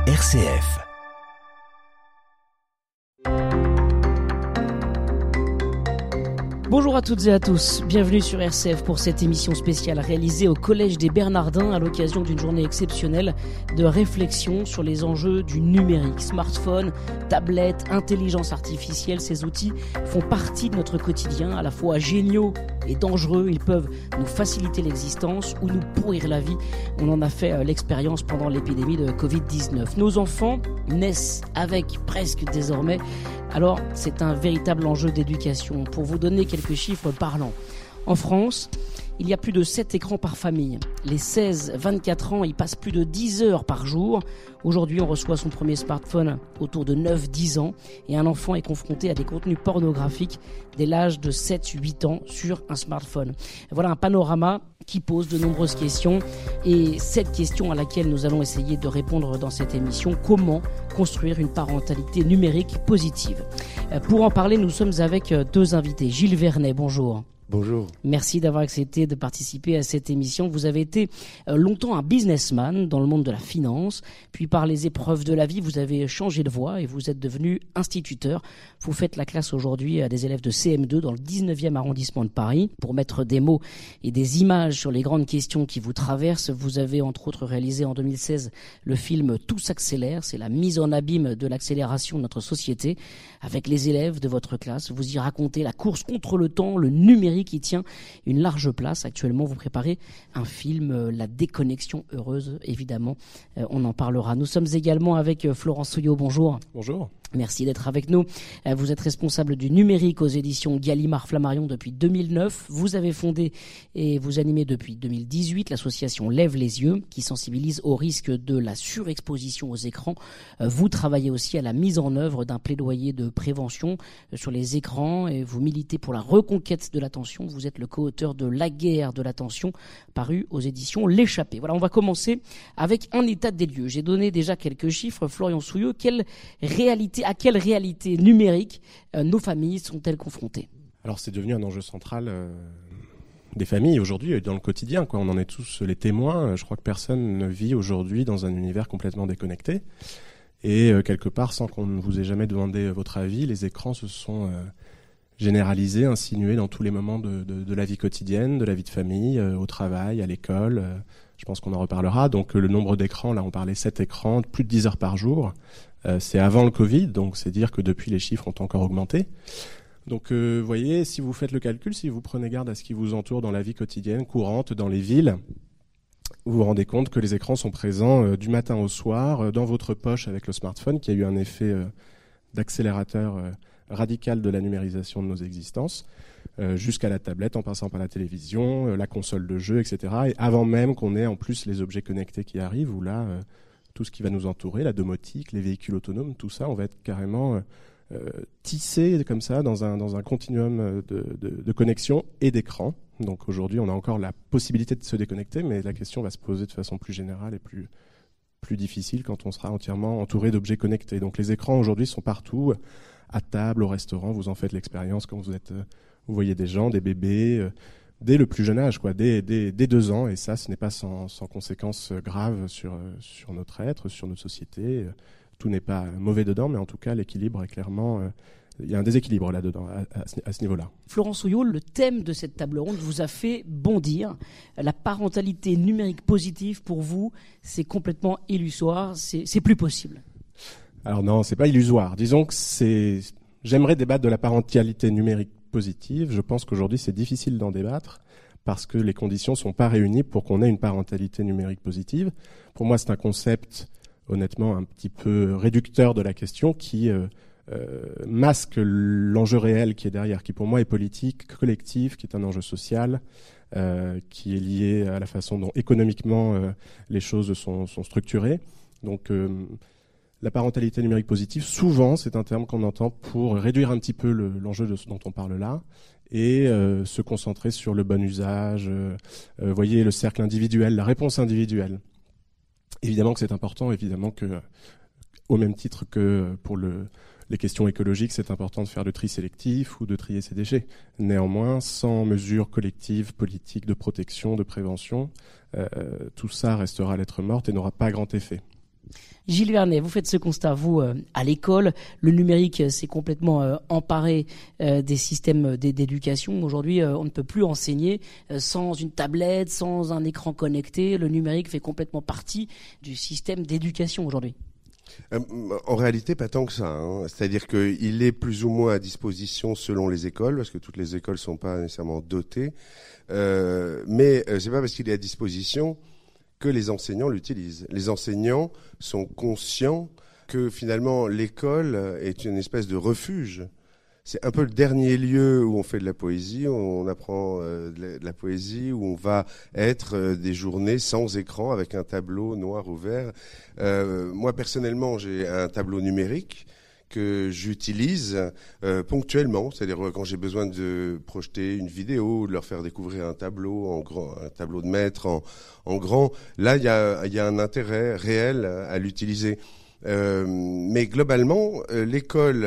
RCF. Bonjour à toutes et à tous, bienvenue sur RCF pour cette émission spéciale réalisée au Collège des Bernardins à l'occasion d'une journée exceptionnelle de réflexion sur les enjeux du numérique. Smartphone, tablette, intelligence artificielle, ces outils font partie de notre quotidien, à la fois géniaux et dangereux. Ils peuvent nous faciliter l'existence ou nous pourrir la vie. On en a fait l'expérience pendant l'épidémie de Covid-19. Nos enfants naissent avec presque désormais. Alors, c'est un véritable enjeu d'éducation. Pour vous donner quelques chiffres parlants. En France, il y a plus de 7 écrans par famille. Les 16-24 ans y passent plus de 10 heures par jour. Aujourd'hui, on reçoit son premier smartphone autour de 9-10 ans et un enfant est confronté à des contenus pornographiques dès l'âge de 7-8 ans sur un smartphone. Voilà un panorama qui pose de nombreuses questions et cette question à laquelle nous allons essayer de répondre dans cette émission, comment construire une parentalité numérique positive. Pour en parler, nous sommes avec deux invités. Gilles Vernet, bonjour. Bonjour. Merci d'avoir accepté de participer à cette émission. Vous avez été longtemps un businessman dans le monde de la finance, puis par les épreuves de la vie, vous avez changé de voie et vous êtes devenu instituteur. Vous faites la classe aujourd'hui à des élèves de CM2 dans le 19e arrondissement de Paris. Pour mettre des mots et des images sur les grandes questions qui vous traversent, vous avez entre autres réalisé en 2016 le film Tout s'accélère. C'est la mise en abîme de l'accélération de notre société. Avec les élèves de votre classe, vous y racontez la course contre le temps, le numérique qui tient une large place. Actuellement, vous préparez un film, La déconnexion heureuse, évidemment. On en parlera. Nous sommes également avec Florent Souillot. Bonjour. Bonjour. Merci d'être avec nous. Vous êtes responsable du numérique aux éditions Gallimard-Flammarion depuis 2009. Vous avez fondé et vous animez depuis 2018 l'association Lève les yeux qui sensibilise au risque de la surexposition aux écrans. Vous travaillez aussi à la mise en œuvre d'un plaidoyer de prévention sur les écrans et vous militez pour la reconquête de l'attention. Vous êtes le co-auteur de La guerre de l'attention paru aux éditions L'Échappée. Voilà, on va commencer avec un état des lieux. J'ai donné déjà quelques chiffres. Florian Souillot, à quelle réalité numérique nos familles sont-elles confrontées ? Alors c'est devenu un enjeu central des familles aujourd'hui, dans le quotidien, quoi. On en est tous les témoins. Je crois que personne ne vit aujourd'hui dans un univers complètement déconnecté. Et quelque part, sans qu'on ne vous ait jamais demandé votre avis, les écrans se sont généralisés, insinués dans tous les moments de la vie quotidienne, de la vie de famille, au travail, à l'école. Je pense qu'on en reparlera. Donc le nombre d'écrans, là on parlait 7 écrans, plus de 10 heures par jour. C'est avant le Covid, donc c'est dire que depuis les chiffres ont encore augmenté. Donc vous voyez, si vous faites le calcul, si vous prenez garde à ce qui vous entoure dans la vie quotidienne, courante, dans les villes, vous vous rendez compte que les écrans sont présents du matin au soir, dans votre poche avec le smartphone, qui a eu un effet d'accélérateur radical de la numérisation de nos existences, jusqu'à la tablette, en passant par la télévision, la console de jeu, etc. Et avant même qu'on ait en plus les objets connectés qui arrivent, où là, tout ce qui va nous entourer, la domotique, les véhicules autonomes, tout ça, on va être carrément tissé comme ça dans un continuum de connexion et d'écran. Donc aujourd'hui, on a encore la possibilité de se déconnecter, mais la question va se poser de façon plus générale et plus difficile quand on sera entièrement entouré d'objets connectés. Donc les écrans aujourd'hui sont partout, à table, au restaurant, vous en faites l'expérience quand vous voyez des gens, des bébés, dès le plus jeune âge, quoi, dès 2 ans, et ça, ce n'est pas sans conséquences graves sur notre être, sur notre société. Tout n'est pas mauvais dedans, mais en tout cas, l'équilibre est clairement... il y a un déséquilibre là-dedans, à ce niveau-là. Florent Souillot, le thème de cette table ronde vous a fait bondir. La parentalité numérique positive, pour vous, c'est complètement illusoire, c'est plus possible. Alors non, c'est pas illusoire. Disons que j'aimerais débattre de la parentalité numérique positive. Je pense qu'aujourd'hui, c'est difficile d'en débattre parce que les conditions sont pas réunies pour qu'on ait une parentalité numérique positive. Pour moi, c'est un concept, honnêtement, un petit peu réducteur de la question qui masque l'enjeu réel qui est derrière, qui pour moi est politique, collectif, qui est un enjeu social, qui est lié à la façon dont économiquement les choses sont structurées. Donc la parentalité numérique positive, souvent, c'est un terme qu'on entend pour réduire un petit peu l'enjeu dont on parle là et se concentrer sur le bon usage, voyez, le cercle individuel, la réponse individuelle. Évidemment que c'est important, évidemment que, au même titre que pour les questions écologiques, c'est important de faire le tri sélectif ou de trier ses déchets. Néanmoins, sans mesures collectives, politiques, de protection, de prévention, tout ça restera lettre morte et n'aura pas grand effet. Gilles Vernet, vous faites ce constat, vous, à l'école, le numérique s'est complètement emparé des systèmes d'éducation. Aujourd'hui, on ne peut plus enseigner sans une tablette, sans un écran connecté. Le numérique fait complètement partie du système d'éducation aujourd'hui. En réalité, pas tant que ça. C'est-à-dire qu'il est plus ou moins à disposition selon les écoles, parce que toutes les écoles sont pas nécessairement dotées. Mais c'est pas parce qu'il est à disposition que les enseignants l'utilisent. Les enseignants sont conscients que finalement l'école est une espèce de refuge. C'est un peu le dernier lieu où on fait de la poésie, où on apprend de la poésie, où on va être des journées sans écran avec un tableau noir ou vert. Moi personnellement, j'ai un tableau numérique que j'utilise ponctuellement, c'est-à-dire quand j'ai besoin de projeter une vidéo, de leur faire découvrir un tableau en grand, un tableau de maître en grand. Là, il y a un intérêt réel à l'utiliser. Mais globalement, l'école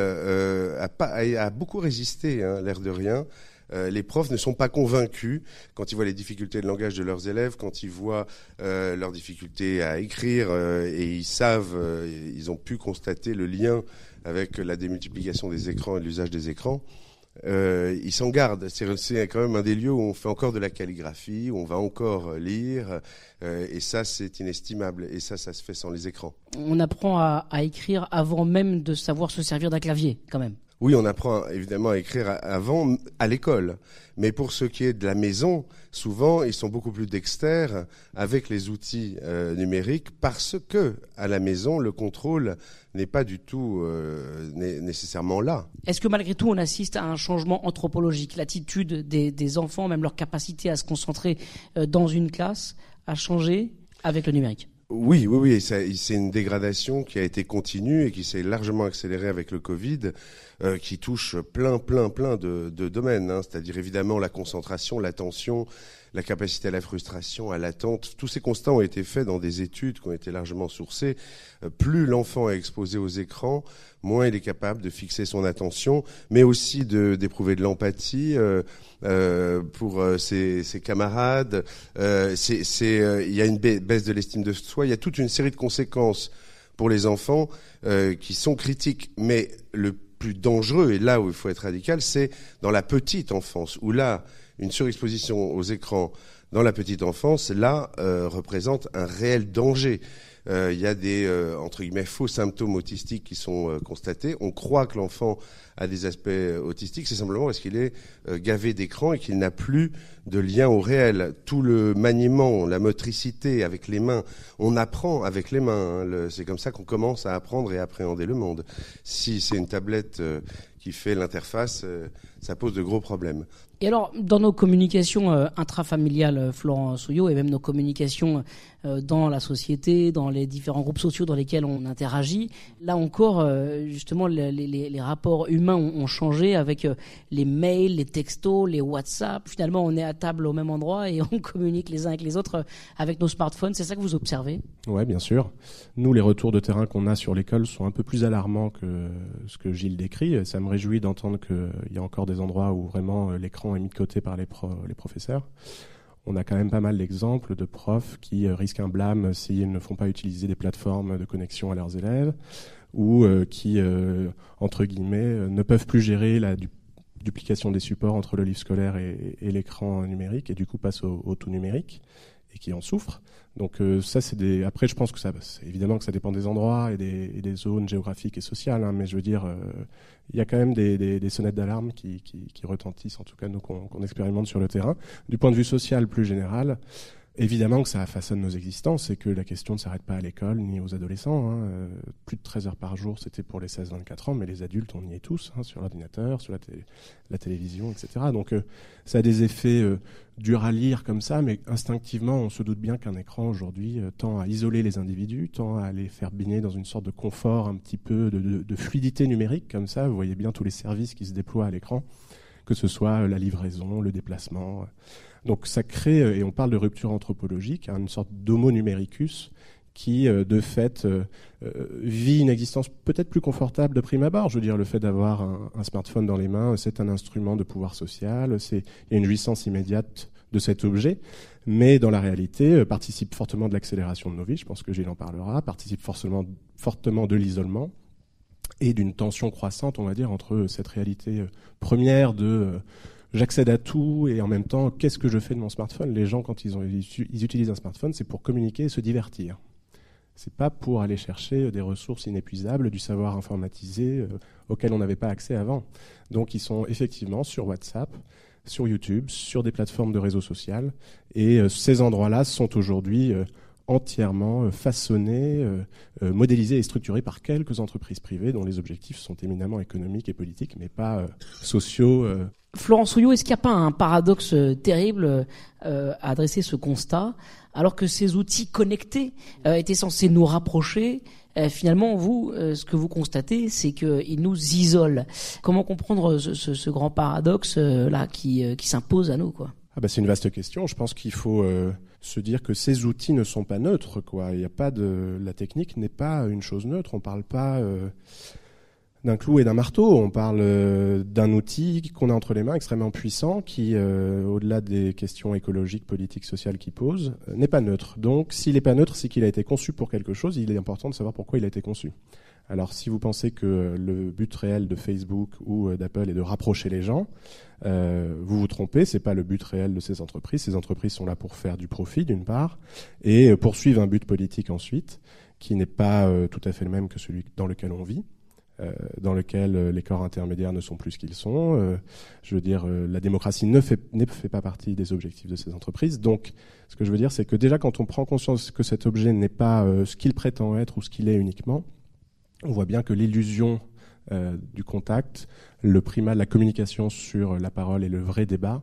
a beaucoup résisté, l'air de rien. Les profs ne sont pas convaincus quand ils voient les difficultés de langage de leurs élèves, quand ils voient leurs difficultés à écrire, et ils ont pu constater le lien avec la démultiplication des écrans et l'usage des écrans. Ils s'en gardent. C'est quand même un des lieux où on fait encore de la calligraphie, où on va encore lire, et ça c'est inestimable. Et ça se fait sans les écrans. On apprend à écrire avant même de savoir se servir d'un clavier, quand même. Oui, on apprend évidemment à écrire avant à l'école. Mais pour ce qui est de la maison, souvent, ils sont beaucoup plus dextères avec les outils numériques parce que à la maison, le contrôle n'est pas du tout nécessairement là. Est-ce que malgré tout, on assiste à un changement anthropologique? L'attitude des enfants, même leur capacité à se concentrer dans une classe, a changé avec le numérique? Oui, c'est une dégradation qui a été continue et qui s'est largement accélérée avec le Covid, qui touche plein de domaines, c'est-à-dire évidemment la concentration, l'attention, la capacité à la frustration, à l'attente. Tous ces constats ont été faits dans des études qui ont été largement sourcées. Plus l'enfant est exposé aux écrans, moins il est capable de fixer son attention, mais aussi d'éprouver de l'empathie pour ses camarades. Il y a une baisse de l'estime de soi. Il y a toute une série de conséquences pour les enfants qui sont critiques. Mais le plus dangereux, et là où il faut être radical, c'est dans la petite enfance, où là, une surexposition aux écrans dans la petite enfance, là, représente un réel danger. Il y a des, entre guillemets, faux symptômes autistiques qui sont constatés. On croit que l'enfant a des aspects autistiques, c'est simplement parce qu'il est gavé d'écran et qu'il n'a plus de lien au réel. Tout le maniement, la motricité avec les mains, on apprend avec les mains. C'est comme ça qu'on commence à apprendre et à appréhender le monde. Si c'est une tablette qui fait l'interface, ça pose de gros problèmes. Et alors, dans nos communications intrafamiliales, Florent Souillot, et même nos communications dans la société, dans les différents groupes sociaux dans lesquels on interagit, là encore, justement, les rapports humains ont changé avec les mails, les textos, les WhatsApp. Finalement, on est à table au même endroit et on communique les uns avec les autres avec nos smartphones. C'est ça que vous observez? Ouais, bien sûr. Nous, les retours de terrain qu'on a sur l'école sont un peu plus alarmants que ce que Gilles décrit. Ça me réjouit d'entendre qu'il y a encore des endroits où vraiment l'écran est mis de côté par les professeurs. On a quand même pas mal d'exemples de profs qui risquent un blâme s'ils ne font pas utiliser des plateformes de connexion à leurs élèves ou qui, entre guillemets, ne peuvent plus gérer la duplication des supports entre le livre scolaire et l'écran numérique et du coup passent au tout numérique et qui en souffrent. Donc ça, Après, je pense que c'est évidemment que ça dépend des endroits et des zones géographiques et sociales, mais je veux dire, il y a quand même des sonnettes d'alarme qui retentissent, en tout cas nous qu'on expérimente sur le terrain. Du point de vue social plus général, évidemment que ça façonne nos existences et que la question ne s'arrête pas à l'école ni aux adolescents. Plus de 13 heures par jour, c'était pour les 16-24 ans, mais les adultes, on y est tous, sur l'ordinateur, sur la télévision, etc. Donc ça a des effets durs à lire comme ça, mais instinctivement, on se doute bien qu'un écran aujourd'hui tend à isoler les individus, tend à les faire baigner dans une sorte de confort, un petit peu de fluidité numérique comme ça. Vous voyez bien tous les services qui se déploient à l'écran, que ce soit la livraison, le déplacement. Donc ça crée, et on parle de rupture anthropologique, une sorte d'homo numericus qui, de fait, vit une existence peut-être plus confortable de prime abord. Je veux dire, le fait d'avoir un smartphone dans les mains, c'est un instrument de pouvoir social, il y a une jouissance immédiate de cet objet, mais dans la réalité participe fortement de l'accélération de nos vies, je pense que Gilles en parlera, participe fortement de l'isolement et d'une tension croissante, on va dire, entre cette réalité première de j'accède à tout et en même temps, qu'est-ce que je fais de mon smartphone ? Les gens, quand ils utilisent un smartphone, c'est pour communiquer et se divertir. C'est pas pour aller chercher des ressources inépuisables, du savoir informatisé auquel on n'avait pas accès avant. Donc ils sont effectivement sur WhatsApp, sur YouTube, sur des plateformes de réseau social. Et ces endroits-là sont aujourd'hui entièrement façonnés, modélisés et structurés par quelques entreprises privées dont les objectifs sont éminemment économiques et politiques, mais pas sociaux. Florence Souillot, est-ce qu'il n'y a pas un paradoxe terrible à adresser ce constat, alors que ces outils connectés étaient censés nous rapprocher? Finalement, vous, ce que vous constatez, c'est qu'ils nous isolent. Comment comprendre ce grand paradoxe là qui s'impose à nous, quoi? C'est une vaste question. Je pense qu'il faut se dire que ces outils ne sont pas neutres, quoi. Il y a pas la technique n'est pas une chose neutre. On parle pas d'un clou et d'un marteau. On parle d'un outil qu'on a entre les mains, extrêmement puissant, qui, au-delà des questions écologiques, politiques, sociales qu'il pose, n'est pas neutre. Donc, s'il n'est pas neutre, c'est qu'il a été conçu pour quelque chose. Il est important de savoir pourquoi il a été conçu. Alors, si vous pensez que le but réel de Facebook ou d'Apple est de rapprocher les gens, vous vous trompez. C'est pas le but réel de ces entreprises. Ces entreprises sont là pour faire du profit, d'une part, et poursuivre un but politique ensuite, qui n'est pas tout à fait le même que celui dans lequel on vit. Dans lequel les corps intermédiaires ne sont plus ce qu'ils sont. La démocratie ne fait pas partie des objectifs de ces entreprises. Donc, ce que je veux dire, c'est que déjà, quand on prend conscience que cet objet n'est pas ce qu'il prétend être ou ce qu'il est uniquement, on voit bien que l'illusion du contact, le primat de la communication sur la parole et le vrai débat,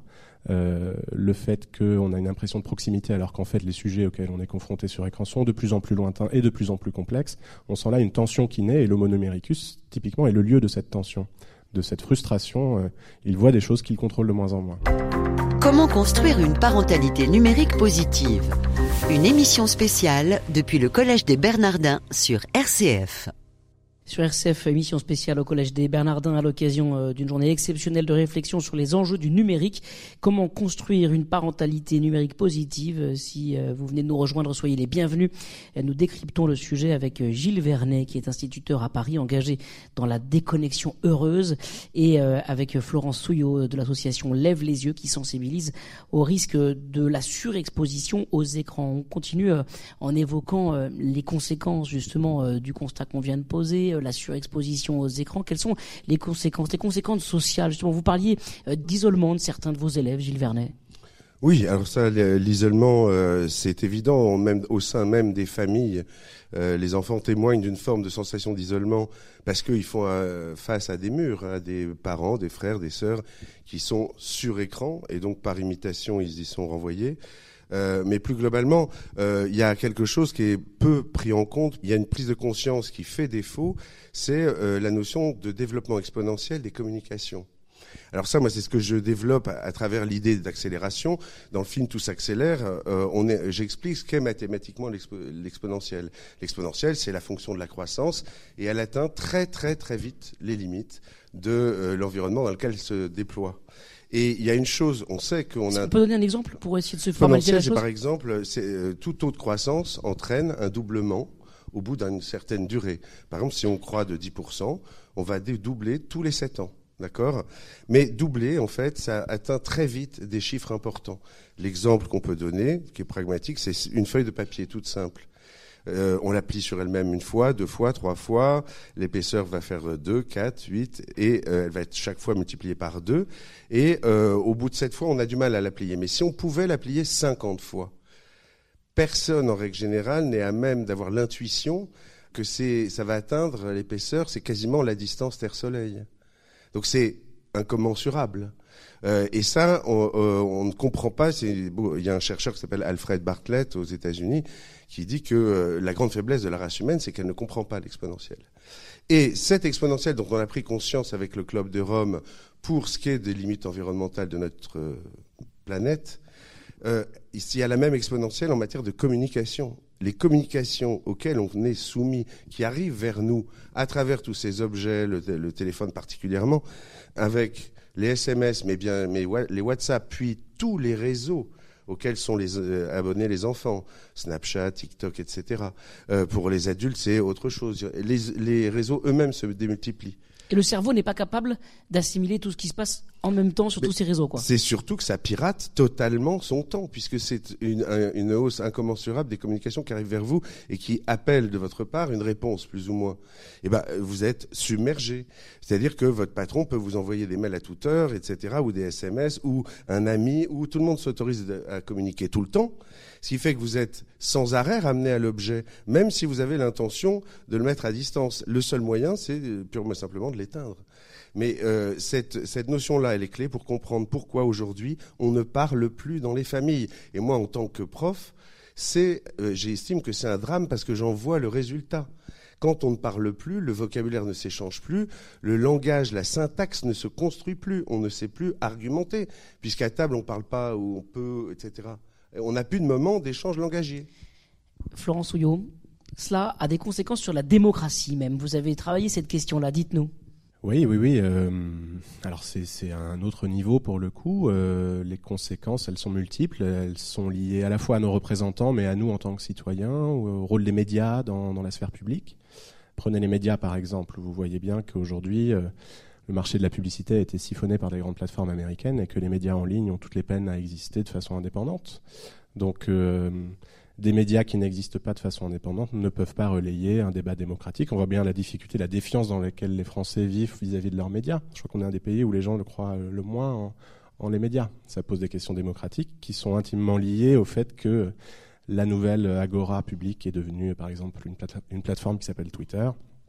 le fait qu'on a une impression de proximité alors qu'en fait les sujets auxquels on est confronté sur écran sont de plus en plus lointains et de plus en plus complexes, on sent là une tension qui naît et l'homo numericus typiquement est le lieu de cette tension, de cette frustration. Il voit des choses qu'il contrôle de moins en moins. Comment construire une parentalité numérique positive ? Une émission spéciale depuis le Collège des Bernardins sur RCF. Sur RCF, émission spéciale au Collège des Bernardins à l'occasion d'une journée exceptionnelle de réflexion sur les enjeux du numérique. Comment construire une parentalité numérique positive? Si vous venez de nous rejoindre, soyez les bienvenus. Nous décryptons le sujet avec Gilles Vernet, qui est instituteur à Paris, engagé dans la déconnexion heureuse, et avec Florence Souillot de l'association Lève les yeux, qui sensibilise au risque de la surexposition aux écrans. On continue en évoquant les conséquences justement du constat qu'on vient de poser, la surexposition aux écrans. Quelles sont les conséquences sociales? Justement, vous parliez d'isolement de certains de vos élèves, Gilles Vernet. Oui, alors ça, l'isolement, c'est évident, même au sein même des familles. Les enfants témoignent d'une forme de sensation d'isolement parce qu'ils font face à des murs, à des parents, des frères, des sœurs qui sont sur écran et donc par imitation, ils y sont renvoyés. Mais plus globalement, il y a quelque chose qui est peu pris en compte. Il y a une prise de conscience qui fait défaut, c'est la notion de développement exponentiel des communications. Alors ça, moi, c'est ce que je développe à travers l'idée d'accélération. Dans le film Tout s'accélère, j'explique ce qu'est mathématiquement l'exponentiel. L'exponentiel, c'est la fonction de la croissance et elle atteint très très très vite les limites de l'environnement dans lequel elle se déploie. Et il y a une chose, on sait qu'on a... On peut donner un exemple pour essayer de se formaliser la chose ? Par exemple, tout taux de croissance entraîne un doublement au bout d'une certaine durée. Par exemple, si on croît de 10%, on va doubler tous les 7 ans. D'accord ? Mais doubler, en fait, ça atteint très vite des chiffres importants. L'exemple qu'on peut donner, qui est pragmatique, c'est une feuille de papier toute simple. On la plie sur elle-même 1 fois, 2 fois, 3 fois. L'épaisseur va faire 2, 4, 8 et elle va être chaque fois multipliée par 2. Et au bout de 7 fois, on a du mal à la plier. Mais si on pouvait la plier 50 fois, personne, en règle générale, n'est à même d'avoir l'intuition que ça va atteindre l'épaisseur, c'est quasiment la distance Terre-Soleil. Donc c'est incommensurable. Et ça, on ne comprend pas. Il y a un chercheur qui s'appelle Alfred Bartlett aux États-Unis qui dit que la grande faiblesse de la race humaine, c'est qu'elle ne comprend pas l'exponentiel. Et cette exponentielle, dont on a pris conscience avec le Club de Rome pour ce qui est des limites environnementales de notre planète, il y a la même exponentielle en matière de communication. Les communications auxquelles on est soumis, qui arrivent vers nous à travers tous ces objets, le téléphone particulièrement, avec les SMS, mais les WhatsApp, puis tous les réseaux auxquels sont abonnés les enfants, Snapchat, TikTok, etc. Pour les adultes, c'est autre chose. Les réseaux eux-mêmes se démultiplient. Et le cerveau n'est pas capable d'assimiler tout ce qui se passe en même temps sur tous ces réseaux, quoi. C'est surtout que ça pirate totalement son temps, puisque c'est une hausse incommensurable des communications qui arrivent vers vous et qui appellent de votre part une réponse, plus ou moins. Et vous êtes submergé. C'est-à-dire que votre patron peut vous envoyer des mails à toute heure, etc., ou des SMS, ou un ami, où tout le monde s'autorise à communiquer tout le temps. Ce qui fait que vous êtes sans arrêt ramené à l'objet, même si vous avez l'intention de le mettre à distance. Le seul moyen, c'est purement et simplement de l'éteindre. Mais cette notion-là, elle est clé pour comprendre pourquoi aujourd'hui on ne parle plus dans les familles. Et moi, en tant que prof, j'estime que c'est un drame parce que j'en vois le résultat. Quand on ne parle plus, le vocabulaire ne s'échange plus, le langage, la syntaxe ne se construit plus, on ne sait plus argumenter, puisqu'à table on ne parle pas ou on peut, etc. On n'a plus de moment d'échange langagier. Florence Houillot, cela a des conséquences sur la démocratie même. Vous avez travaillé cette question-là, dites-nous. Oui. Alors c'est un autre niveau pour le coup. Les conséquences, elles sont multiples. Elles sont liées à la fois à nos représentants, mais à nous en tant que citoyens, au rôle des médias dans la sphère publique. Prenez les médias par exemple. Vous voyez bien qu'aujourd'hui, le marché de la publicité a été siphonné par les grandes plateformes américaines et que les médias en ligne ont toutes les peines à exister de façon indépendante. Donc des médias qui n'existent pas de façon indépendante ne peuvent pas relayer un débat démocratique. On voit bien la difficulté, la défiance dans laquelle les Français vivent vis-à-vis de leurs médias. Je crois qu'on est un des pays où les gens le croient le moins en les médias. Ça pose des questions démocratiques qui sont intimement liées au fait que la nouvelle agora publique est devenue, par exemple, une plateforme qui s'appelle Twitter,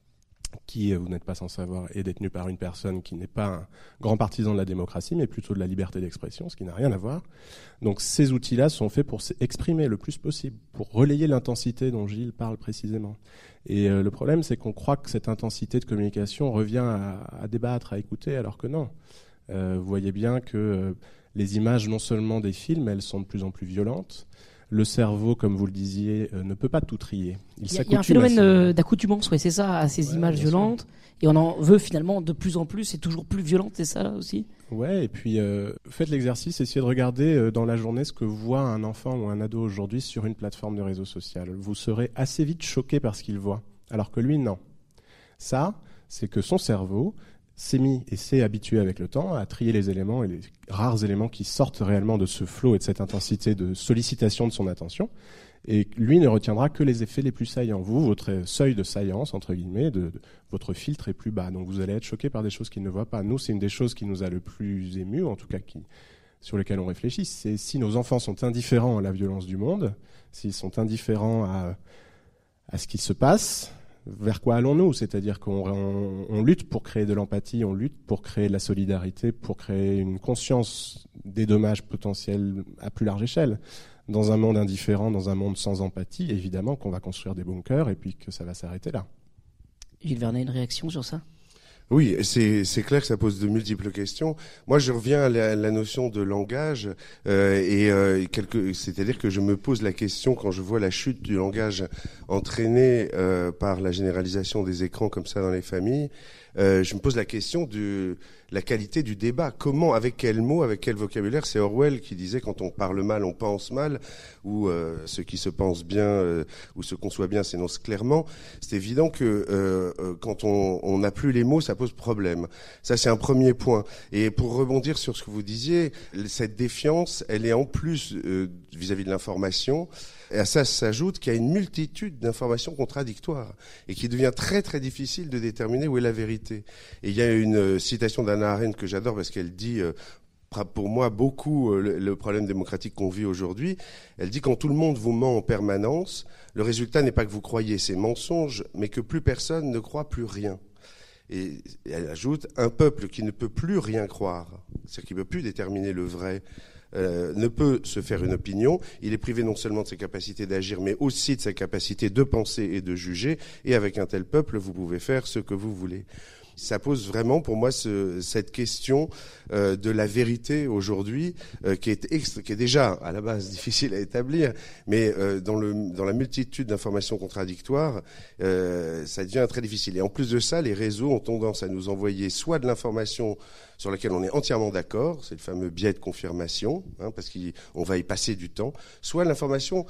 qui, vous n'êtes pas sans savoir, est détenue par une personne qui n'est pas un grand partisan de la démocratie, mais plutôt de la liberté d'expression, ce qui n'a rien à voir. Donc ces outils-là sont faits pour s'exprimer le plus possible, pour relayer l'intensité dont Gilles parle précisément. Et le problème, c'est qu'on croit que cette intensité de communication revient à débattre, à écouter, alors que non. Vous voyez bien que les images, non seulement des films, elles sont de plus en plus violentes. Le cerveau, comme vous le disiez, ne peut pas tout trier. Il y a un phénomène d'accoutumance, c'est ça, à ces images violentes. Et on en veut finalement de plus en plus et toujours plus violentes, c'est ça là aussi ? Ouais, et puis faites l'exercice, essayez de regarder dans la journée ce que voit un enfant ou un ado aujourd'hui sur une plateforme de réseau social. Vous serez assez vite choqué par ce qu'il voit, alors que lui, non. Ça, c'est que son cerveau s'est habitué avec le temps à trier les éléments et les rares éléments qui sortent réellement de ce flot et de cette intensité de sollicitation de son attention. Et lui ne retiendra que les effets les plus saillants. Vous, votre seuil de saillance, entre guillemets, votre filtre est plus bas. Donc vous allez être choqué par des choses qu'il ne voit pas. Nous, c'est une des choses qui nous a le plus ému, en tout cas sur lesquelles on réfléchit. C'est si nos enfants sont indifférents à la violence du monde, s'ils sont indifférents à ce qui se passe, vers quoi allons-nous ? C'est-à-dire qu'on lutte pour créer de l'empathie, on lutte pour créer de la solidarité, pour créer une conscience des dommages potentiels à plus large échelle. Dans un monde indifférent, dans un monde sans empathie, évidemment qu'on va construire des bunkers et puis que ça va s'arrêter là. Gilles Vernet, une réaction sur ça ? Oui, c'est clair que ça pose de multiples questions. Moi, je reviens à la notion de langage, c'est-à-dire que je me pose la question quand je vois la chute du langage entraînée par la généralisation des écrans comme ça dans les familles. Je me pose la question de la qualité du débat. Comment, avec quels mots, avec quel vocabulaire ? C'est Orwell qui disait quand on parle mal, on pense mal, ou ce qui se pense bien ou se conçoit bien s'énonce clairement. C'est évident que quand on n'a plus les mots, ça pose problème. Ça, c'est un premier point. Et pour rebondir sur ce que vous disiez, cette défiance, elle est en plus vis-à-vis de l'information. Et à ça s'ajoute qu'il y a une multitude d'informations contradictoires et qu'il devient très très difficile de déterminer où est la vérité. Et il y a une citation d'Hannah Arendt que j'adore parce qu'elle dit, pour moi, beaucoup le problème démocratique qu'on vit aujourd'hui. Elle dit quand tout le monde vous ment en permanence, le résultat n'est pas que vous croyez ces mensonges, mais que plus personne ne croit plus rien. Et elle ajoute un peuple qui ne peut plus rien croire, c'est-à-dire qui ne peut plus déterminer le vrai, ne peut se faire une opinion. Il est privé non seulement de ses capacités d'agir, mais aussi de sa capacité de penser et de juger. Et avec un tel peuple, vous pouvez faire ce que vous voulez. Ça pose vraiment pour moi cette question de la vérité aujourd'hui, qui est déjà à la base difficile à établir, mais dans la multitude d'informations contradictoires, ça devient très difficile. Et en plus de ça, les réseaux ont tendance à nous envoyer soit de l'information sur laquelle on est entièrement d'accord, c'est le fameux biais de confirmation, parce qu'on va y passer du temps, soit l'information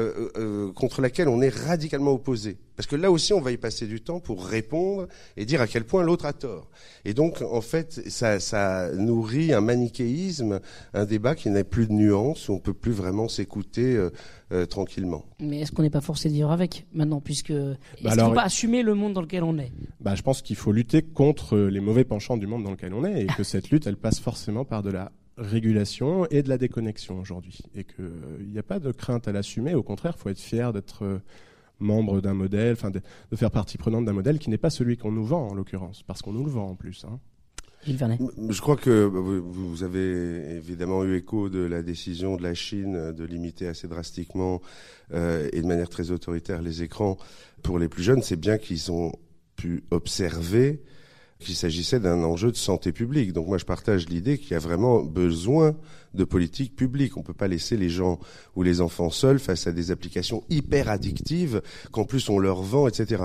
contre laquelle on est radicalement opposé. Parce que là aussi, on va y passer du temps pour répondre et dire à quel point l'autre a tort. Et donc, en fait, ça nourrit un manichéisme, un débat qui n'a plus de nuances, où on peut plus vraiment s'écouter tranquillement. Mais est-ce qu'on n'est pas forcé de vivre avec maintenant, est-ce qu'il ne faut pas assumer le monde dans lequel on est ? Je pense qu'il faut lutter contre les mauvais penchants du monde dans lequel on est, et que cette lutte, elle passe forcément par de la régulation et de la déconnexion aujourd'hui. Et qu'il n'y a pas de crainte à l'assumer, au contraire, il faut être fier d'être membre d'un modèle, de faire partie prenante d'un modèle qui n'est pas celui qu'on nous vend en l'occurrence, parce qu'on nous le vend en plus. Gilles Vernet. Je crois que vous avez évidemment eu écho de la décision de la Chine de limiter assez drastiquement et de manière très autoritaire les écrans pour les plus jeunes. C'est bien qu'ils ont pu observer qu'il s'agissait d'un enjeu de santé publique. Donc moi, je partage l'idée qu'il y a vraiment besoin de politique publique. On peut pas laisser les gens ou les enfants seuls face à des applications hyper addictives qu'en plus on leur vend, etc.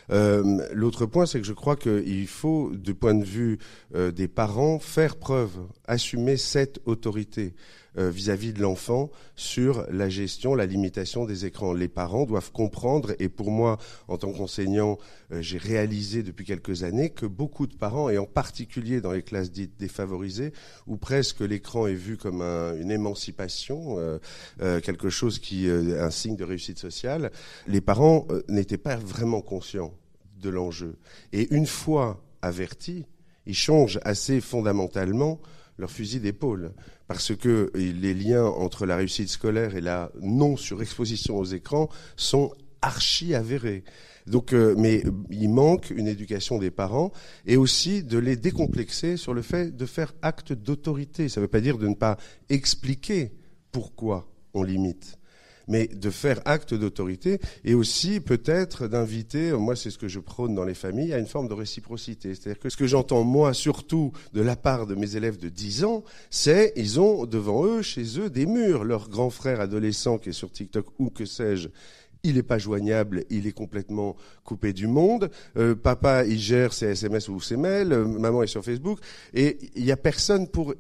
L'autre point, c'est que je crois qu'il faut, du point de vue des parents, faire preuve, assumer cette autorité vis-à-vis de l'enfant sur la gestion, la limitation des écrans. Les parents doivent comprendre, et pour moi, en tant qu'enseignant, j'ai réalisé depuis quelques années que beaucoup de parents, et en particulier dans les classes dites défavorisées, où presque l'écran est vu comme une émancipation, quelque chose un signe de réussite sociale, les parents n'étaient pas vraiment conscients de l'enjeu. Et une fois avertis, ils changent assez fondamentalement leur fusil d'épaule, parce que les liens entre la réussite scolaire et la non-surexposition aux écrans sont archi avérés. Donc, mais il manque une éducation des parents et aussi de les décomplexer sur le fait de faire acte d'autorité. Ça ne veut pas dire de ne pas expliquer pourquoi on limite, mais de faire acte d'autorité et aussi peut-être d'inviter, moi c'est ce que je prône dans les familles, à une forme de réciprocité. C'est-à-dire que ce que j'entends moi surtout de la part de mes élèves de 10 ans, c'est ils ont devant eux, chez eux, des murs. Leur grand frère adolescent qui est sur TikTok ou que sais-je, il n'est pas joignable, il est complètement coupé du monde. Papa, il gère ses SMS ou ses mails. Maman est sur Facebook. Et il n'y a personne pour...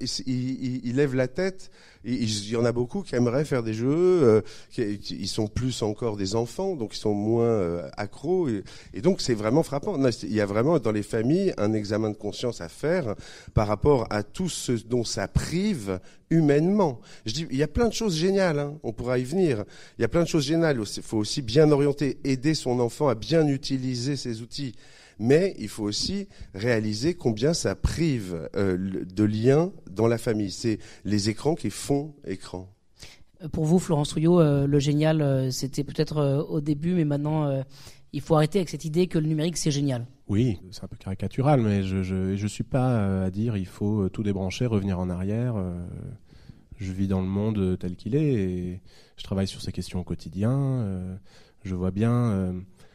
Il lève la tête. Il y en a beaucoup qui aimeraient faire des jeux. Ils sont plus encore des enfants, donc ils sont moins accros. Et donc, c'est vraiment frappant. Non, il y a vraiment, dans les familles, un examen de conscience à faire par rapport à tout ce dont ça prive humainement. Je dis, il y a plein de choses géniales, on pourra y venir. Il y a plein de choses géniales. Il faut aussi bien orienter, aider son enfant à bien utiliser ces outils. Mais il faut aussi réaliser combien ça prive de liens dans la famille. C'est les écrans qui font écran. Pour vous, Florence Trouillot, le génial, c'était peut-être au début, mais maintenant, il faut arrêter avec cette idée que le numérique, c'est génial. Oui, c'est un peu caricatural, mais je suis pas à dire il faut tout débrancher, revenir en arrière. Je vis dans le monde tel qu'il est et je travaille sur ces questions au quotidien. Je vois bien...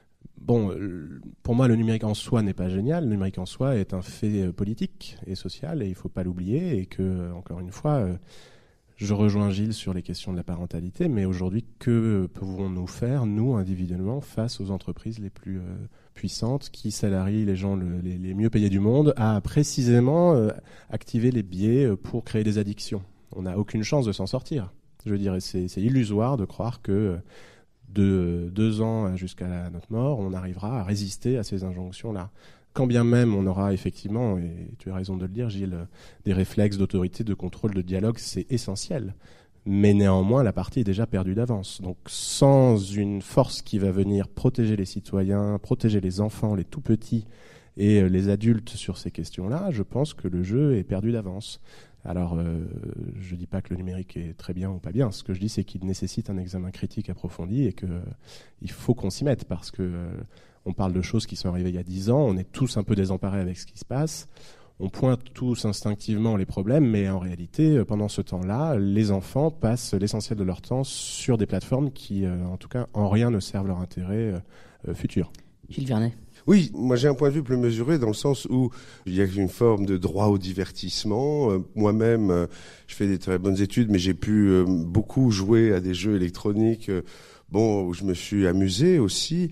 pour moi, le numérique en soi n'est pas génial. Le numérique en soi est un fait politique et social et il ne faut pas l'oublier. Et que, encore une fois, je rejoins Gilles sur les questions de la parentalité. Mais aujourd'hui, que pouvons-nous faire, nous, individuellement, face aux entreprises les plus puissantes qui salarient les gens les mieux payés du monde à précisément activer les biais pour créer des addictions? On n'a aucune chance de s'en sortir. Je veux dire, c'est illusoire de croire que... de 2 ans jusqu'à notre mort, on arrivera à résister à ces injonctions-là. Quand bien même on aura effectivement, et tu as raison de le dire Gilles, des réflexes d'autorité, de contrôle, de dialogue, c'est essentiel. Mais néanmoins, la partie est déjà perdue d'avance. Donc sans une force qui va venir protéger les citoyens, protéger les enfants, les tout-petits et les adultes sur ces questions-là, je pense que le jeu est perdu d'avance. Alors, je ne dis pas que le numérique est très bien ou pas bien. Ce que je dis, c'est qu'il nécessite un examen critique approfondi et qu'il faut qu'on s'y mette parce que on parle de choses qui sont arrivées il y a 10 ans. On est tous un peu désemparés avec ce qui se passe. On pointe tous instinctivement les problèmes, mais en réalité, pendant ce temps-là, les enfants passent l'essentiel de leur temps sur des plateformes qui, en tout cas, en rien ne servent leur intérêt futur. Gilles Vernet. Oui, moi j'ai un point de vue plus mesuré dans le sens où il y a une forme de droit au divertissement. Moi-même, je fais des très bonnes études, mais j'ai pu beaucoup jouer à des jeux électroniques. Où je me suis amusé aussi.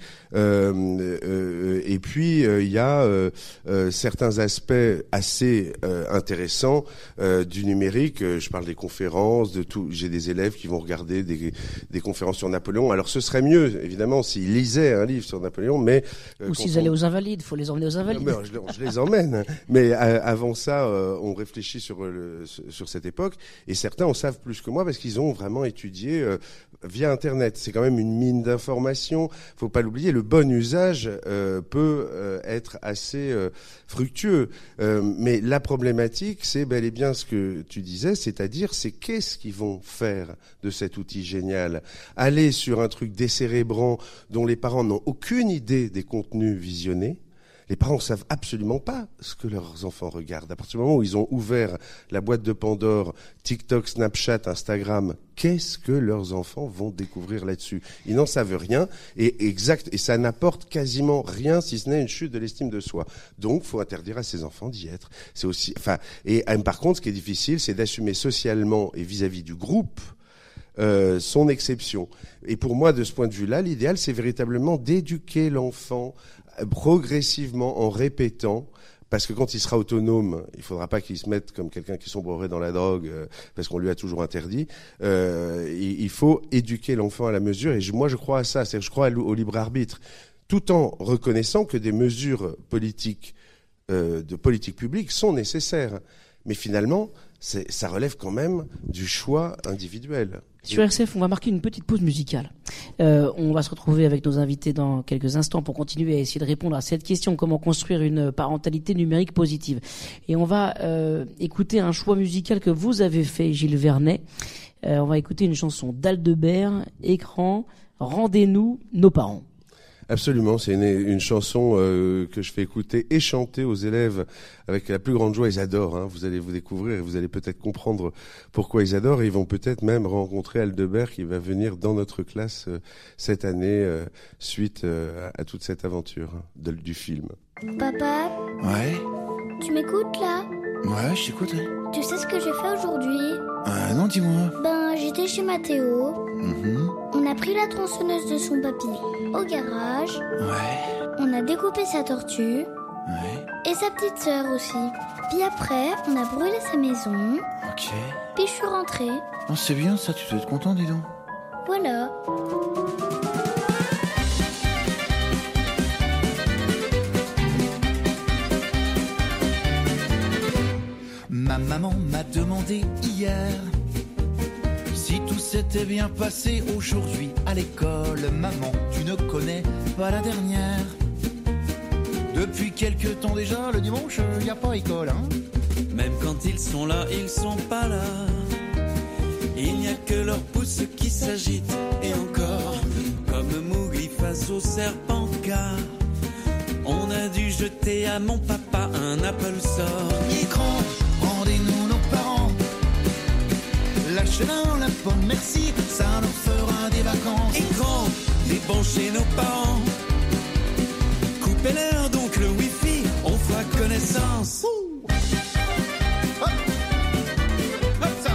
Et puis il y a certains aspects assez intéressants du numérique. Je parle des conférences, de tout. J'ai des élèves qui vont regarder des conférences sur Napoléon. Alors ce serait mieux, évidemment, s'ils lisaient un livre sur Napoléon, mais ou s'ils allaient aux Invalides. Faut les emmener aux Invalides. Je les emmène. Mais avant ça, on réfléchit sur cette époque. Et certains en savent plus que moi parce qu'ils ont vraiment étudié via Internet. C'est quand même une mine d'informations. Faut pas l'oublier. Le bon usage peut être assez fructueux. Mais la problématique, c'est bel et bien ce que tu disais, c'est-à-dire c'est qu'est-ce qu'ils vont faire de cet outil génial. Aller sur un truc décérébrant dont les parents n'ont aucune idée des contenus visionnés. Les parents ne savent absolument pas ce que leurs enfants regardent. À partir du moment où ils ont ouvert la boîte de Pandore, TikTok, Snapchat, Instagram, qu'est-ce que leurs enfants vont découvrir là-dessus? Ils n'en savent rien et ça n'apporte quasiment rien si ce n'est une chute de l'estime de soi. Donc, faut interdire à ces enfants d'y être. C'est aussi, par contre, ce qui est difficile, c'est d'assumer socialement et vis-à-vis du groupe son exception. Et pour moi, de ce point de vue-là, l'idéal, c'est véritablement d'éduquer l'enfant progressivement en répétant, parce que quand il sera autonome, il faudra pas qu'il se mette comme quelqu'un qui sombrerait dans la drogue, parce qu'on lui a toujours interdit. Il faut éduquer l'enfant à la mesure, et moi je crois à ça, c'est-à-dire je crois au libre arbitre, tout en reconnaissant que des mesures politiques, de politique publique sont nécessaires. Mais finalement, ça relève quand même du choix individuel. Sur RCF, on va marquer une petite pause musicale. On va se retrouver avec nos invités dans quelques instants pour continuer à essayer de répondre à cette question, comment construire une parentalité numérique positive. Et on va écouter un choix musical que vous avez fait, Gilles Vernet. On va écouter une chanson d'Aldebert, Écran, Rendez-nous nos parents. Absolument, c'est une chanson que je fais écouter et chanter aux élèves avec la plus grande joie. Ils adorent, hein. Vous allez vous découvrir et vous allez peut-être comprendre pourquoi ils adorent. Et ils vont peut-être même rencontrer Aldebert qui va venir dans notre classe cette année suite à toute cette aventure du film. Papa? Ouais? Tu m'écoutes là? Ouais, je t'écoute. Tu sais ce que j'ai fait aujourd'hui? Non, dis-moi. J'étais chez Mathéo. On a pris la tronçonneuse de son papy au garage. Ouais. On a découpé sa tortue. Ouais. Et sa petite sœur aussi. Puis après, on a brûlé sa maison. Ok. Puis je suis rentrée. Oh, c'est bien ça, tu dois être content, dis donc. Voilà. Ma maman m'a demandé hier si tout s'était bien passé aujourd'hui à l'école. Maman, tu ne connais pas la dernière. Depuis quelques temps déjà, le dimanche, y a pas école, hein. Même quand ils sont là, ils sont pas là. Il n'y a que leur pouce qui s'agite. Et encore, comme Mowgli face au serpent, car on a dû jeter à mon papa un Apple sort. Écran, rendez-nous nos parents. Lâchez-leur la pomme, merci, ça leur fera des vacances. Écran, débranchez nos parents. Coupez-leur donc le wifi, on fera connaissance. Hop. Hop ça.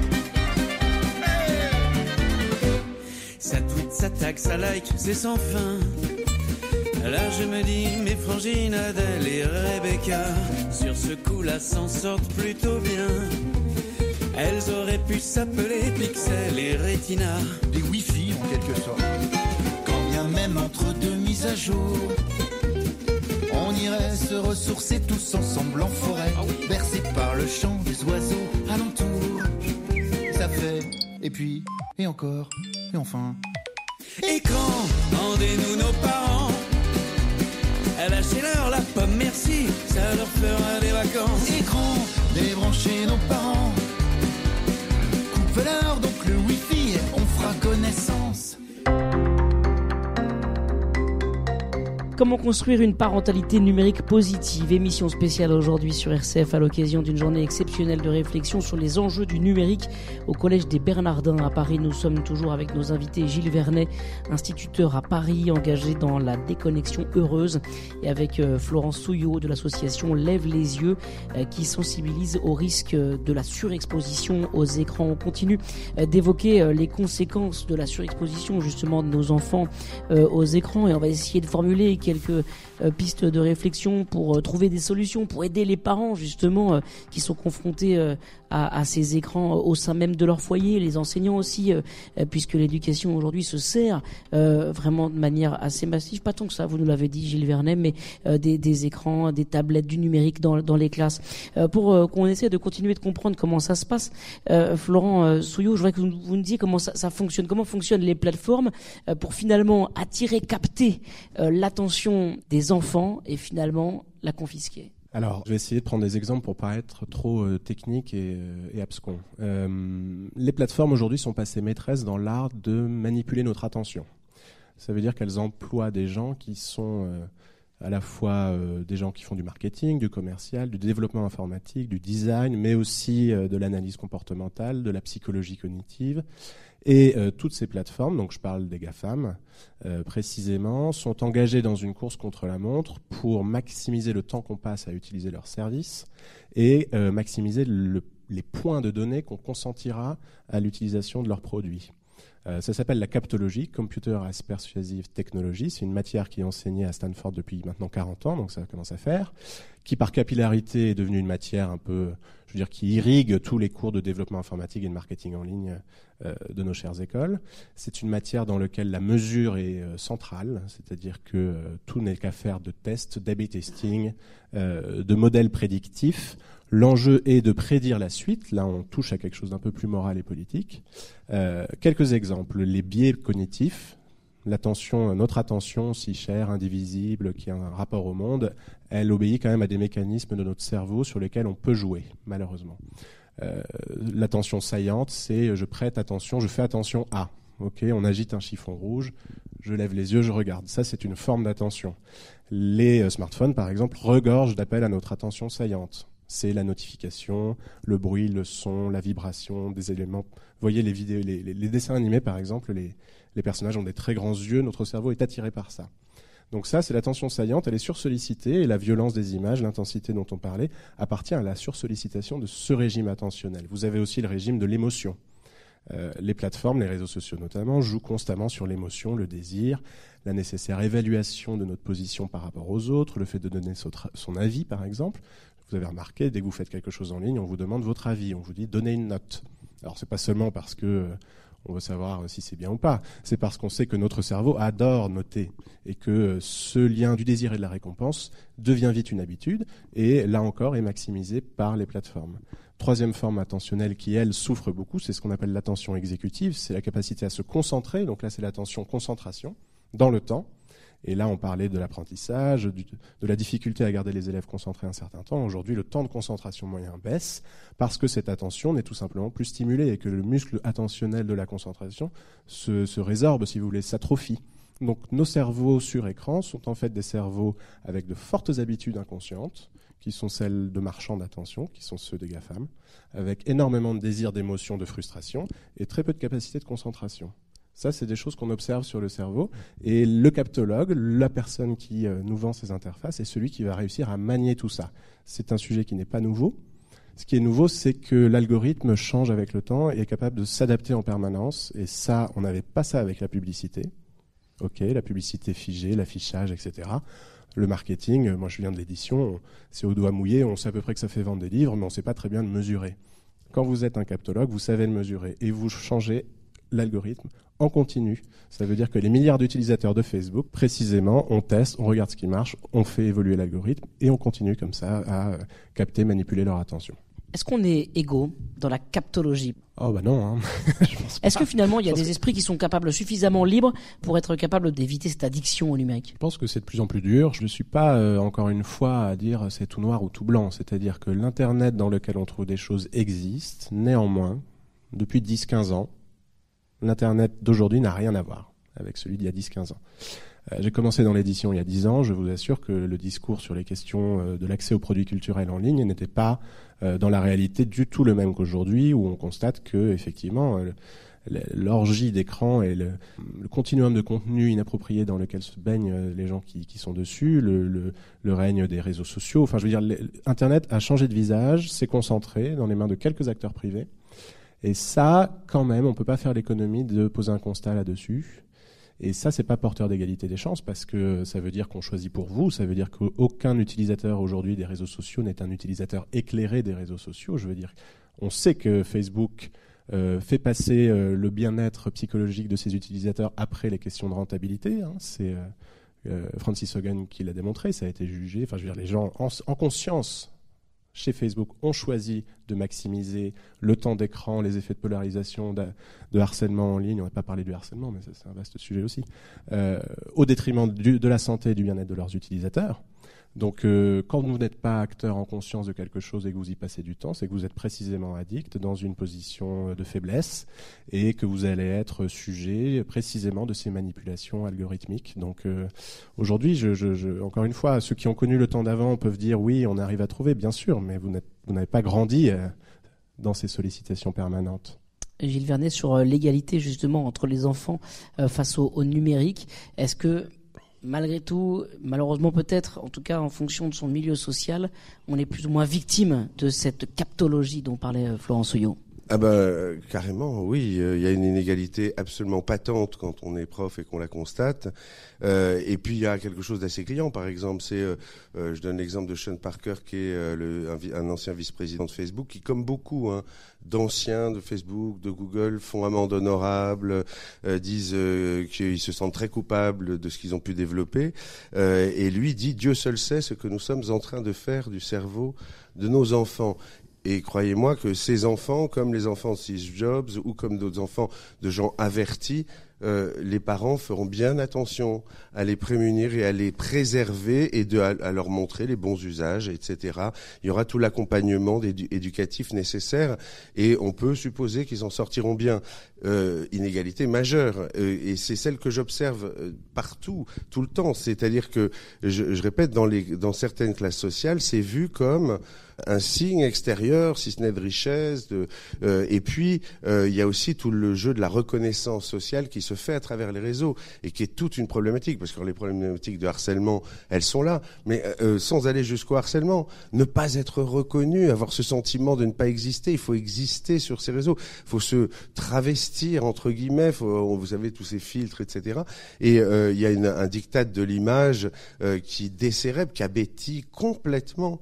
Hey. Ça tweet, ça tag, ça like, c'est sans fin. Là je me dis, mes frangines Adèle et Rebecca, sur ce coup-là s'en sortent plutôt bien. Elles auraient pu s'appeler Pixel et Retina. Des Wi-Fi en quelque sorte. Quand bien même entre deux mises à jour, on irait se ressourcer tous ensemble en forêt, bercés par le chant des oiseaux alentour. Ça fait, et puis, et encore, et enfin. Écran, rendez-nous nos parents. Lâchez-leur la pomme, merci, ça leur fera des vacances. Écran, débranchez nos parents. Coupez-leur donc le wifi et on fera connaissance. Comment construire une parentalité numérique positive ? Émission spéciale aujourd'hui sur RCF à l'occasion d'une journée exceptionnelle de réflexion sur les enjeux du numérique au Collège des Bernardins à Paris. Nous sommes toujours avec nos invités Gilles Vernet, instituteur à Paris, engagé dans la déconnexion heureuse, et avec Florence Souillot de l'association Lève les yeux qui sensibilise au risque de la surexposition aux écrans. On continue d'évoquer les conséquences de la surexposition justement de nos enfants aux écrans, et on va essayer de formuler quelques pistes de réflexion pour trouver des solutions, pour aider les parents justement qui sont confrontés à ces écrans au sein même de leur foyer, les enseignants aussi, puisque l'éducation aujourd'hui se sert vraiment de manière assez massive, pas tant que ça, vous nous l'avez dit Gilles Vernet, mais des écrans, des tablettes, du numérique dans les classes. Pour qu'on essaie de continuer de comprendre comment ça se passe, Florent Souillot, je voudrais que vous nous disiez comment ça fonctionne, comment fonctionnent les plateformes pour finalement attirer, capter l'attention des enfants et finalement la confisquer. Alors, je vais essayer de prendre des exemples pour pas être trop technique et abscon. Les plateformes aujourd'hui sont passées maîtresses dans l'art de manipuler notre attention. Ça veut dire qu'elles emploient des gens qui sont à la fois des gens qui font du marketing, du commercial, du développement informatique, du design, mais aussi de l'analyse comportementale, de la psychologie cognitive. Et toutes ces plateformes, donc je parle des GAFAM précisément, sont engagées dans une course contre la montre pour maximiser le temps qu'on passe à utiliser leurs services et maximiser les points de données qu'on consentira à l'utilisation de leurs produits. Ça s'appelle la captologie, Computer as Persuasive Technology. C'est une matière qui est enseignée à Stanford depuis maintenant 40 ans, donc ça commence à faire, qui par capillarité est devenue une matière un peu, je veux dire, qui irrigue tous les cours de développement informatique et de marketing en ligne de nos chères écoles. C'est une matière dans laquelle la mesure est centrale, c'est-à-dire que tout n'est qu'affaire de tests, d'A/B testing, de modèles prédictifs. L'enjeu est de prédire la suite. Là, on touche à quelque chose d'un peu plus moral et politique. Quelques exemples. Les biais cognitifs. Notre attention, si chère, indivisible, qui a un rapport au monde, elle obéit quand même à des mécanismes de notre cerveau sur lesquels on peut jouer, malheureusement. L'attention saillante, c'est je prête attention, je fais attention à. Ok, on agite un chiffon rouge, je lève les yeux, je regarde. Ça, c'est une forme d'attention. Les smartphones, par exemple, regorgent d'appels à notre attention saillante. C'est la notification, le bruit, le son, la vibration, des éléments. Vous voyez les vidéos, les dessins animés, par exemple, les personnages ont des très grands yeux, notre cerveau est attiré par ça. Donc ça, c'est l'attention saillante, elle est sursollicitée, et la violence des images, l'intensité dont on parlait, appartient à la sursollicitation de ce régime attentionnel. Vous avez aussi le régime de l'émotion. Les plateformes, les réseaux sociaux notamment, jouent constamment sur l'émotion, le désir, la nécessaire évaluation de notre position par rapport aux autres, le fait de donner son avis, par exemple. Vous avez remarqué, dès que vous faites quelque chose en ligne, on vous demande votre avis, on vous dit donnez une note. Alors c'est pas seulement parce que on veut savoir si c'est bien ou pas, c'est parce qu'on sait que notre cerveau adore noter et que ce lien du désir et de la récompense devient vite une habitude et là encore est maximisé par les plateformes. Troisième forme attentionnelle qui, elle, souffre beaucoup, c'est ce qu'on appelle l'attention exécutive, c'est la capacité à se concentrer, donc là c'est l'attention concentration dans le temps. Et là, on parlait de l'apprentissage, de la difficulté à garder les élèves concentrés un certain temps. Aujourd'hui, le temps de concentration moyen baisse parce que cette attention n'est tout simplement plus stimulée et que le muscle attentionnel de la concentration se résorbe, si vous voulez, s'atrophie. Donc nos cerveaux sur écran sont en fait des cerveaux avec de fortes habitudes inconscientes, qui sont celles de marchands d'attention, qui sont ceux des GAFAM, avec énormément de désirs, d'émotions, de frustration et très peu de capacité de concentration. Ça, c'est des choses qu'on observe sur le cerveau. Et le captologue, la personne qui nous vend ces interfaces, est celui qui va réussir à manier tout ça. C'est un sujet qui n'est pas nouveau. Ce qui est nouveau, c'est que l'algorithme change avec le temps et est capable de s'adapter en permanence. Et ça, on n'avait pas ça avec la publicité. Ok, la publicité figée, l'affichage, etc. Le marketing, moi je viens de l'édition, c'est au doigt mouillé, on sait à peu près que ça fait vendre des livres, mais on ne sait pas très bien le mesurer. Quand vous êtes un captologue, vous savez le mesurer et vous changez l'algorithme en continu. Ça veut dire que les milliards d'utilisateurs de Facebook, précisément, on teste, on regarde ce qui marche, on fait évoluer l'algorithme et on continue comme ça à capter, manipuler leur attention. Est-ce qu'on est égaux dans la captologie ? Oh bah non. Hein. Est-ce que finalement il y a des esprits qui sont capables, suffisamment libres pour être capables d'éviter cette addiction au numérique ? Je pense que c'est de plus en plus dur. Je ne suis pas encore une fois à dire c'est tout noir ou tout blanc. C'est-à-dire que l'Internet dans lequel on trouve des choses existe. Néanmoins, depuis 10-15 ans, l'Internet d'aujourd'hui n'a rien à voir avec celui d'il y a 10-15 ans. J'ai commencé dans l'édition il y a 10 ans. Je vous assure que le discours sur les questions de l'accès aux produits culturels en ligne n'était pas dans la réalité du tout le même qu'aujourd'hui, où on constate que effectivement l'orgie d'écran et le continuum de contenu inapproprié dans lequel se baignent les gens qui sont dessus, le règne des réseaux sociaux. Enfin, je veux dire, Internet a changé de visage, s'est concentré dans les mains de quelques acteurs privés. Et ça, quand même, on peut pas faire l'économie de poser un constat là-dessus. Et ça, c'est pas porteur d'égalité des chances, parce que ça veut dire qu'on choisit pour vous, ça veut dire qu'aucun utilisateur aujourd'hui des réseaux sociaux n'est un utilisateur éclairé des réseaux sociaux. Je veux dire, on sait que Facebook fait passer le bien-être psychologique de ses utilisateurs après les questions de rentabilité. C'est Francis Hogan qui l'a démontré, ça a été jugé. Enfin, je veux dire, les gens en conscience chez Facebook ont choisi de maximiser le temps d'écran, les effets de polarisation, de harcèlement en ligne. On n'a pas parlé du harcèlement, mais c'est un vaste sujet aussi, au détriment de la santé et du bien-être de leurs utilisateurs. Donc, quand vous n'êtes pas acteur en conscience de quelque chose et que vous y passez du temps, c'est que vous êtes précisément addict dans une position de faiblesse et que vous allez être sujet précisément de ces manipulations algorithmiques. Donc, aujourd'hui, encore une fois, ceux qui ont connu le temps d'avant peuvent dire oui, on arrive à trouver, bien sûr, mais vous n'avez pas grandi dans ces sollicitations permanentes. Gilles Vernet, sur l'égalité justement entre les enfants face au numérique, est-ce que malgré tout, malheureusement peut-être, en tout cas en fonction de son milieu social, on est plus ou moins victime de cette captologie dont parlait Florence Houillot? Ah carrément, oui. Il y a une inégalité absolument patente quand on est prof et qu'on la constate. Et puis il y a quelque chose d'assez criant. Par exemple, je donne l'exemple de Sean Parker, qui est un ancien vice-président de Facebook, qui, comme beaucoup d'anciens de Facebook, de Google, font amende honorable, disent qu'ils se sentent très coupables de ce qu'ils ont pu développer. Et lui dit: Dieu seul sait ce que nous sommes en train de faire du cerveau de nos enfants. Et croyez-moi que ces enfants, comme les enfants de Steve Jobs ou comme d'autres enfants de gens avertis, les parents feront bien attention à les prémunir et à les préserver et à leur montrer les bons usages, etc. Il y aura tout l'accompagnement éducatif nécessaire et on peut supposer qu'ils en sortiront bien. Inégalité majeure, et c'est celle que j'observe partout, tout le temps. C'est-à-dire que, je répète, dans certaines classes sociales, c'est vu comme un signe extérieur, si ce n'est de richesse. Et puis, il y a aussi tout le jeu de la reconnaissance sociale qui se fait à travers les réseaux et qui est toute une problématique, parce que les problématiques de harcèlement, elles sont là, mais sans aller jusqu'au harcèlement, ne pas être reconnu, avoir ce sentiment de ne pas exister. Il faut exister sur ces réseaux, il faut se travestir entre guillemets, vous savez, tous ces filtres, etc. Et il y a un diktat de l'image qui décérèbre, qui abétit complètement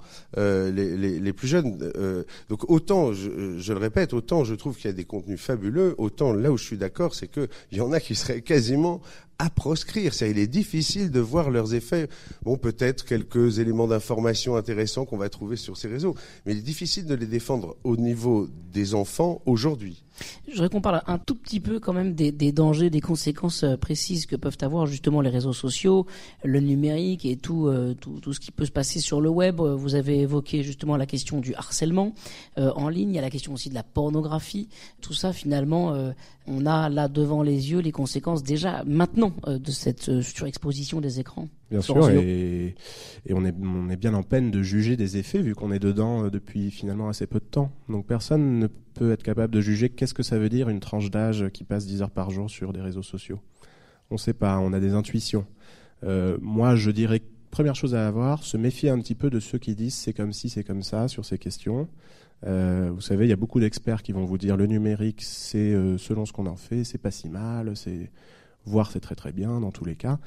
les plus jeunes. Donc autant, je le répète, autant je trouve qu'il y a des contenus fabuleux, autant là où je suis d'accord, c'est que il y en a qui seraient quasiment à proscrire. Il est difficile de voir leurs effets. Bon, peut-être quelques éléments d'information intéressants qu'on va trouver sur ces réseaux, mais il est difficile de les défendre au niveau des enfants aujourd'hui. Je voudrais qu'on parle un tout petit peu quand même des dangers, des conséquences précises que peuvent avoir justement les réseaux sociaux, le numérique et tout ce qui peut se passer sur le web. Vous avez évoqué justement la question du harcèlement en ligne, il y a la question aussi de la pornographie. Tout ça, finalement, on a là devant les yeux les conséquences déjà maintenant de cette surexposition des écrans. Bien sûr, et on est bien en peine de juger des effets vu qu'on est dedans depuis finalement assez peu de temps. Donc personne ne peut être capable de juger qu'est-ce que ça veut dire une tranche d'âge qui passe 10 heures par jour sur des réseaux sociaux. On ne sait pas, on a des intuitions. Moi, je dirais, première chose à avoir, se méfier un petit peu de ceux qui disent c'est comme ci, c'est comme ça sur ces questions. Vous savez, il y a beaucoup d'experts qui vont vous dire le numérique, c'est selon ce qu'on en fait, c'est pas si mal, voire c'est très très bien dans tous les cas.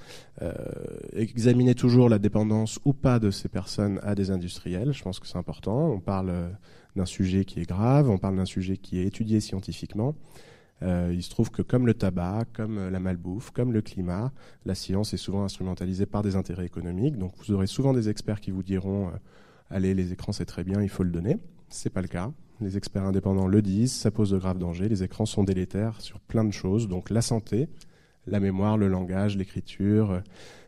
Examiner toujours la dépendance ou pas de ces personnes à des industriels, je pense que c'est important. On parle d'un sujet qui est grave, on parle d'un sujet qui est étudié scientifiquement. Il se trouve que comme le tabac, comme la malbouffe, comme le climat, la science est souvent instrumentalisée par des intérêts économiques. Donc vous aurez souvent des experts qui vous diront allez, les écrans c'est très bien, il faut le donner. C'est pas le cas. Les experts indépendants le disent, ça pose de graves dangers. Les écrans sont délétères sur plein de choses, donc la santé, la mémoire, le langage, l'écriture,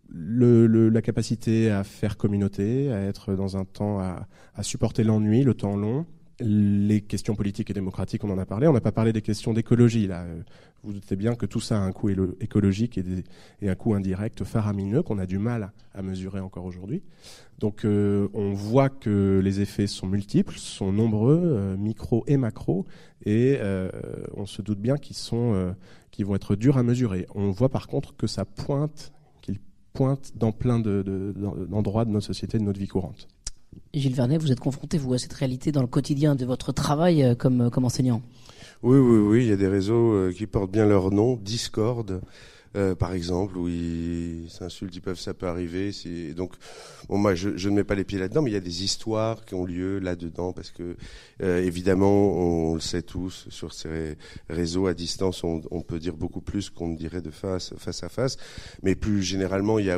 la capacité à faire communauté, à être dans un temps, à supporter l'ennui, le temps long, Les questions politiques et démocratiques, on en a parlé. On n'a pas parlé des questions d'écologie. Là, vous doutez bien que tout ça a un coût écologique et un coût indirect faramineux qu'on a du mal à mesurer encore aujourd'hui. Donc, on voit que les effets sont multiples, sont nombreux, micro et macro, et on se doute bien qu'ils vont être durs à mesurer. On voit par contre que ça pointe dans plein d'endroits de notre société, de notre vie courante. Gilles Vernet, vous êtes confronté, vous, à cette réalité dans le quotidien de votre travail comme enseignant? Oui, il y a des réseaux qui portent bien leur nom, Discord, par exemple, où ils s'insultent, ça peut arriver. Donc, bon, moi, je ne mets pas les pieds là-dedans, mais il y a des histoires qui ont lieu là-dedans, parce que, évidemment, on le sait tous, sur ces réseaux à distance, on peut dire beaucoup plus qu'on ne dirait de face à face. Mais plus généralement, il y a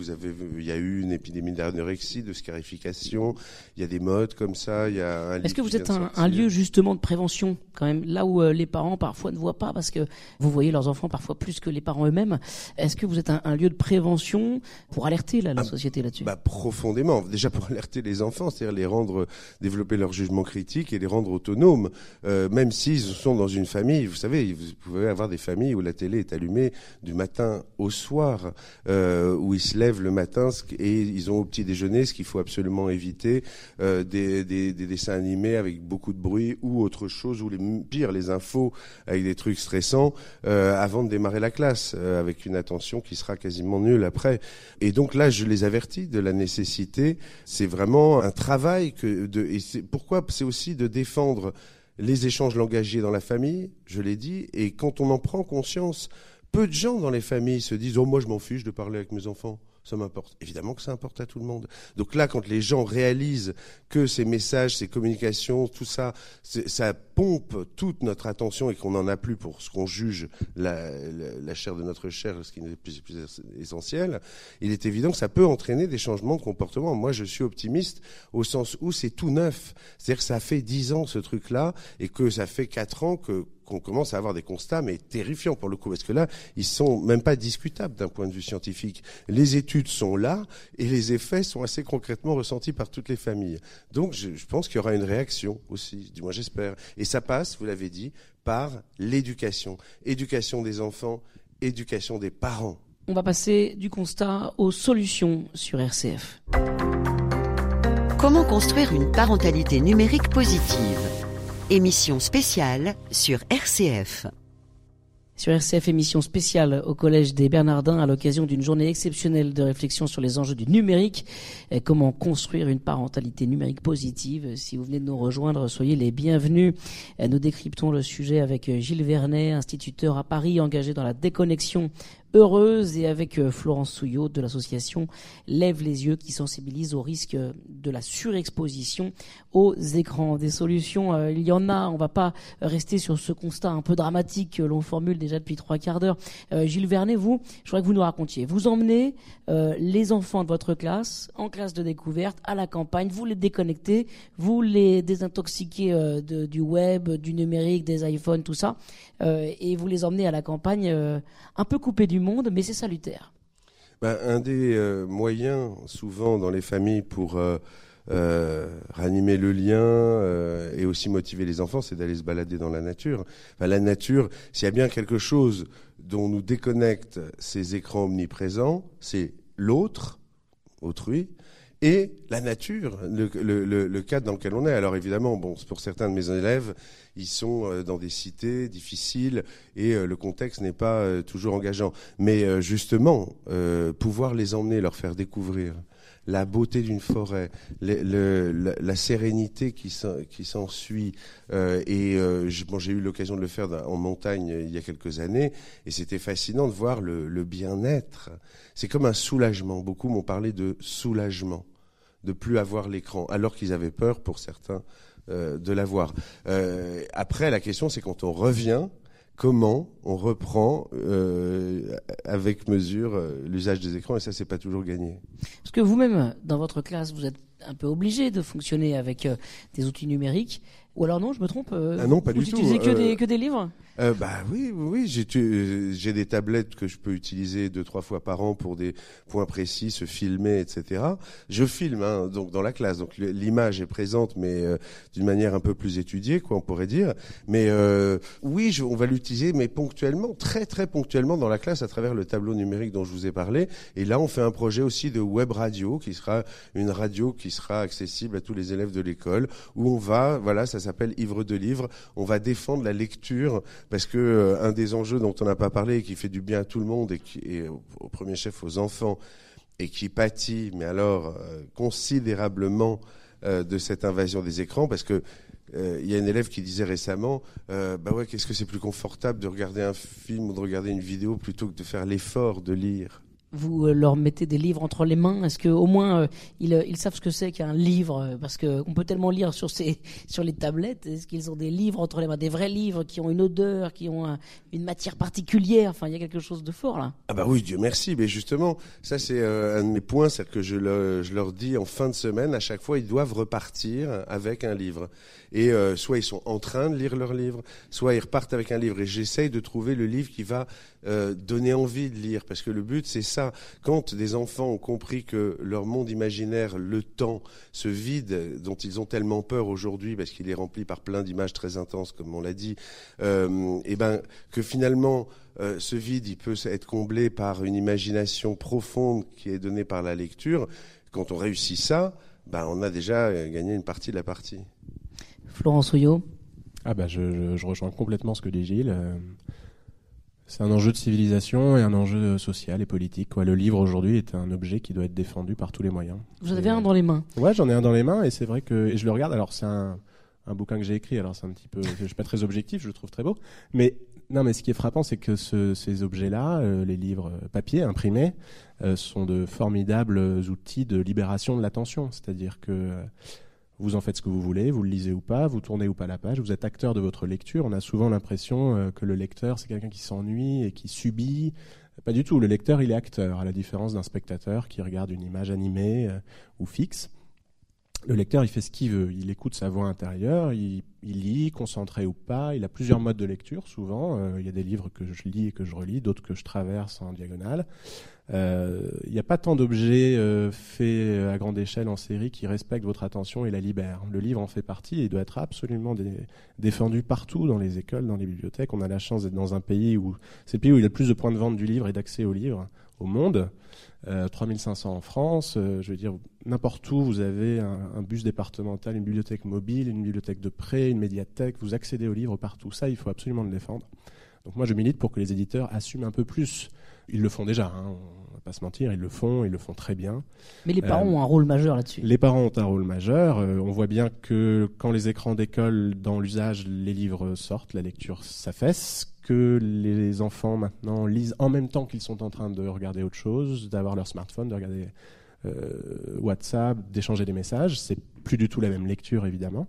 eu une épidémie d'anorexie, de scarification. Il y a des modes comme ça. Est-ce que vous êtes un lieu justement de prévention, quand même, là où les parents parfois ne voient pas, parce que vous voyez leurs enfants parfois plus que les parents eux-mêmes? Est-ce que vous êtes un lieu de prévention pour alerter la société là-dessus? Profondément. Déjà pour alerter les enfants, c'est-à-dire les rendre développer leur jugement critique et les rendre autonomes, même s'ils sont dans une famille. Vous savez, vous pouvez avoir des familles où la télé est allumée du matin au soir, où ils se lèvent le matin et ils ont au petit déjeuner ce qu'il faut absolument éviter, des dessins animés avec beaucoup de bruit ou autre chose, ou les infos avec des trucs stressants avant de démarrer la classe. Avec une attention qui sera quasiment nulle après. Et donc là, je les avertis de la nécessité. C'est vraiment un travail pourquoi c'est aussi de défendre les échanges langagiers dans la famille, je l'ai dit, et quand on en prend conscience, peu de gens dans les familles se disent « Oh, moi je m'en fiche de parler avec mes enfants ». Ça m'importe. Évidemment que ça importe à tout le monde. Donc là, quand les gens réalisent que ces messages, ces communications, tout ça, ça pompe toute notre attention et qu'on n'en a plus pour ce qu'on juge la chair de notre chair, ce qui est plus essentiel, il est évident que ça peut entraîner des changements de comportement. Moi, je suis optimiste au sens où c'est tout neuf. C'est-à-dire que ça fait 10 ans ce truc-là et que ça fait 4 ans qu'on commence à avoir des constats, mais terrifiants pour le coup, parce que là, ils sont même pas discutables d'un point de vue scientifique. Les études sont là et les effets sont assez concrètement ressentis par toutes les familles. Donc, je pense qu'il y aura une réaction aussi, du moins j'espère. Et ça passe, vous l'avez dit, par l'éducation. Éducation des enfants, éducation des parents. On va passer du constat aux solutions sur RCF. Comment construire une parentalité numérique positive ? Émission spéciale sur RCF. Sur RCF, émission spéciale au Collège des Bernardins à l'occasion d'une journée exceptionnelle de réflexion sur les enjeux du numérique. Comment construire une parentalité numérique positive. Si vous venez de nous rejoindre, soyez les bienvenus. Nous décryptons le sujet avec Gilles Vernet, instituteur à Paris, engagé dans la déconnexion heureuse, et avec Florence Souillot de l'association Lève les yeux, qui sensibilise au risque de la surexposition aux écrans. Des solutions, il y en a. On va pas rester sur ce constat un peu dramatique que l'on formule déjà depuis 3 quarts d'heure. Gilles Vernet, vous, je voudrais que vous nous racontiez. Vous emmenez les enfants de votre classe en classe de découverte à la campagne, vous les déconnectez, vous les désintoxiquez du web, du numérique, des iPhones, tout ça, et vous les emmenez à la campagne un peu coupés du monde, mais c'est salutaire. Un des moyens, souvent dans les familles, pour ranimer le lien et aussi motiver les enfants, c'est d'aller se balader dans la nature. La nature, s'il y a bien quelque chose dont nous déconnectent ces écrans omniprésents, c'est l'autre, autrui, et la nature, le cadre dans lequel on est. Alors évidemment, pour certains de mes élèves, ils sont dans des cités difficiles et le contexte n'est pas toujours engageant. Mais justement, pouvoir les emmener, leur faire découvrir la beauté d'une forêt, la sérénité qui s'ensuit. J'ai eu l'occasion de le faire en montagne il y a quelques années, et c'était fascinant de voir le bien-être. C'est comme un soulagement. Beaucoup m'ont parlé de soulagement, de plus avoir l'écran, alors qu'ils avaient peur, pour certains, de l'avoir. Après, la question, c'est quand on revient, comment on reprend avec mesure l'usage des écrans, et ça, c'est pas toujours gagné. Parce que vous-même, dans votre classe, vous êtes un peu obligé de fonctionner avec des outils numériques. Ou alors non, je me trompe. Non, pas du tout. Vous utilisez que des livres? Oui. J'ai des tablettes que je peux utiliser 2-3 fois par an pour des points précis, se filmer, etc. Je filme, donc dans la classe. Donc l'image est présente, mais d'une manière un peu plus étudiée, quoi, on pourrait dire. Mais on va l'utiliser, mais ponctuellement, très très ponctuellement dans la classe à travers le tableau numérique dont je vous ai parlé. Et là, on fait un projet aussi de web radio, qui sera une radio qui sera accessible à tous les élèves de l'école, où on va, ça s'appelle Ivre de livres. On va défendre la lecture parce que un des enjeux dont on n'a pas parlé et qui fait du bien à tout le monde et qui est au premier chef aux enfants et qui pâtit, mais alors considérablement de cette invasion des écrans, parce que il y a une élève qui disait récemment, qu'est-ce que c'est plus confortable de regarder un film ou de regarder une vidéo plutôt que de faire l'effort de lire. Vous leur mettez des livres entre les mains? Est-ce que au moins ils savent ce que c'est qu'un livre? Parce que on peut tellement lire sur les tablettes. Est-ce qu'ils ont des livres entre les mains, des vrais livres qui ont une odeur, qui ont une matière particulière? Enfin, il y a quelque chose de fort là. Ah bah oui, Dieu merci. Mais justement, ça c'est un de mes points, c'est que je leur dis en fin de semaine, à chaque fois, ils doivent repartir avec un livre. Et soit ils sont en train de lire leur livre, soit ils repartent avec un livre. Et j'essaye de trouver le livre qui va donner envie de lire, parce que le but c'est ça. Quand des enfants ont compris que leur monde imaginaire, le temps, ce vide dont ils ont tellement peur aujourd'hui, parce qu'il est rempli par plein d'images très intenses, comme on l'a dit, que finalement ce vide il peut être comblé par une imagination profonde qui est donnée par la lecture. Quand on réussit ça, on a déjà gagné une partie de la partie. Florent Souillot. Je rejoins complètement ce que dit Gilles. C'est un enjeu de civilisation et un enjeu social et politique. Le livre aujourd'hui est un objet qui doit être défendu par tous les moyens. Vous en avez un dans les mains? Ouais, j'en ai un dans les mains et c'est vrai que je le regarde. Alors c'est un bouquin que j'ai écrit. Alors c'est un petit peu, je suis pas très objectif, je le trouve très beau. Mais ce qui est frappant, c'est que ces objets-là, les livres papier imprimés, sont de formidables outils de libération de l'attention. C'est-à-dire que vous en faites ce que vous voulez, vous le lisez ou pas, vous tournez ou pas la page, vous êtes acteur de votre lecture. On a souvent l'impression que le lecteur, c'est quelqu'un qui s'ennuie et qui subit. Pas du tout, le lecteur, il est acteur, à la différence d'un spectateur qui regarde une image animée ou fixe. Le lecteur, il fait ce qu'il veut, il écoute sa voix intérieure, il lit, concentré ou pas, il a plusieurs modes de lecture, souvent. Il y a des livres que je lis et que je relis, d'autres que je traverse en diagonale. Il n'y a pas tant d'objets faits à grande échelle en série qui respectent votre attention et la libèrent. Le livre en fait partie et il doit être absolument défendu partout dans les écoles, dans les bibliothèques. On a la chance d'être dans un pays où c'est le pays où il y a le plus de points de vente du livre et d'accès au livre au monde. 3500 en France, n'importe où vous avez un bus départemental, une bibliothèque mobile, une bibliothèque de prêt, une médiathèque, vous accédez aux livres partout. Ça, il faut absolument le défendre. Donc moi, je milite pour que les éditeurs assument un peu plus. Ils le font déjà, on va pas se mentir, ils le font très bien. Mais les parents ont un rôle majeur là-dessus. Les parents ont un rôle majeur. On voit bien que quand les écrans d'école dans l'usage, les livres sortent, la lecture s'affaisse, que les enfants maintenant lisent en même temps qu'ils sont en train de regarder autre chose, d'avoir leur smartphone, de regarder WhatsApp, d'échanger des messages. C'est plus du tout la même lecture, évidemment.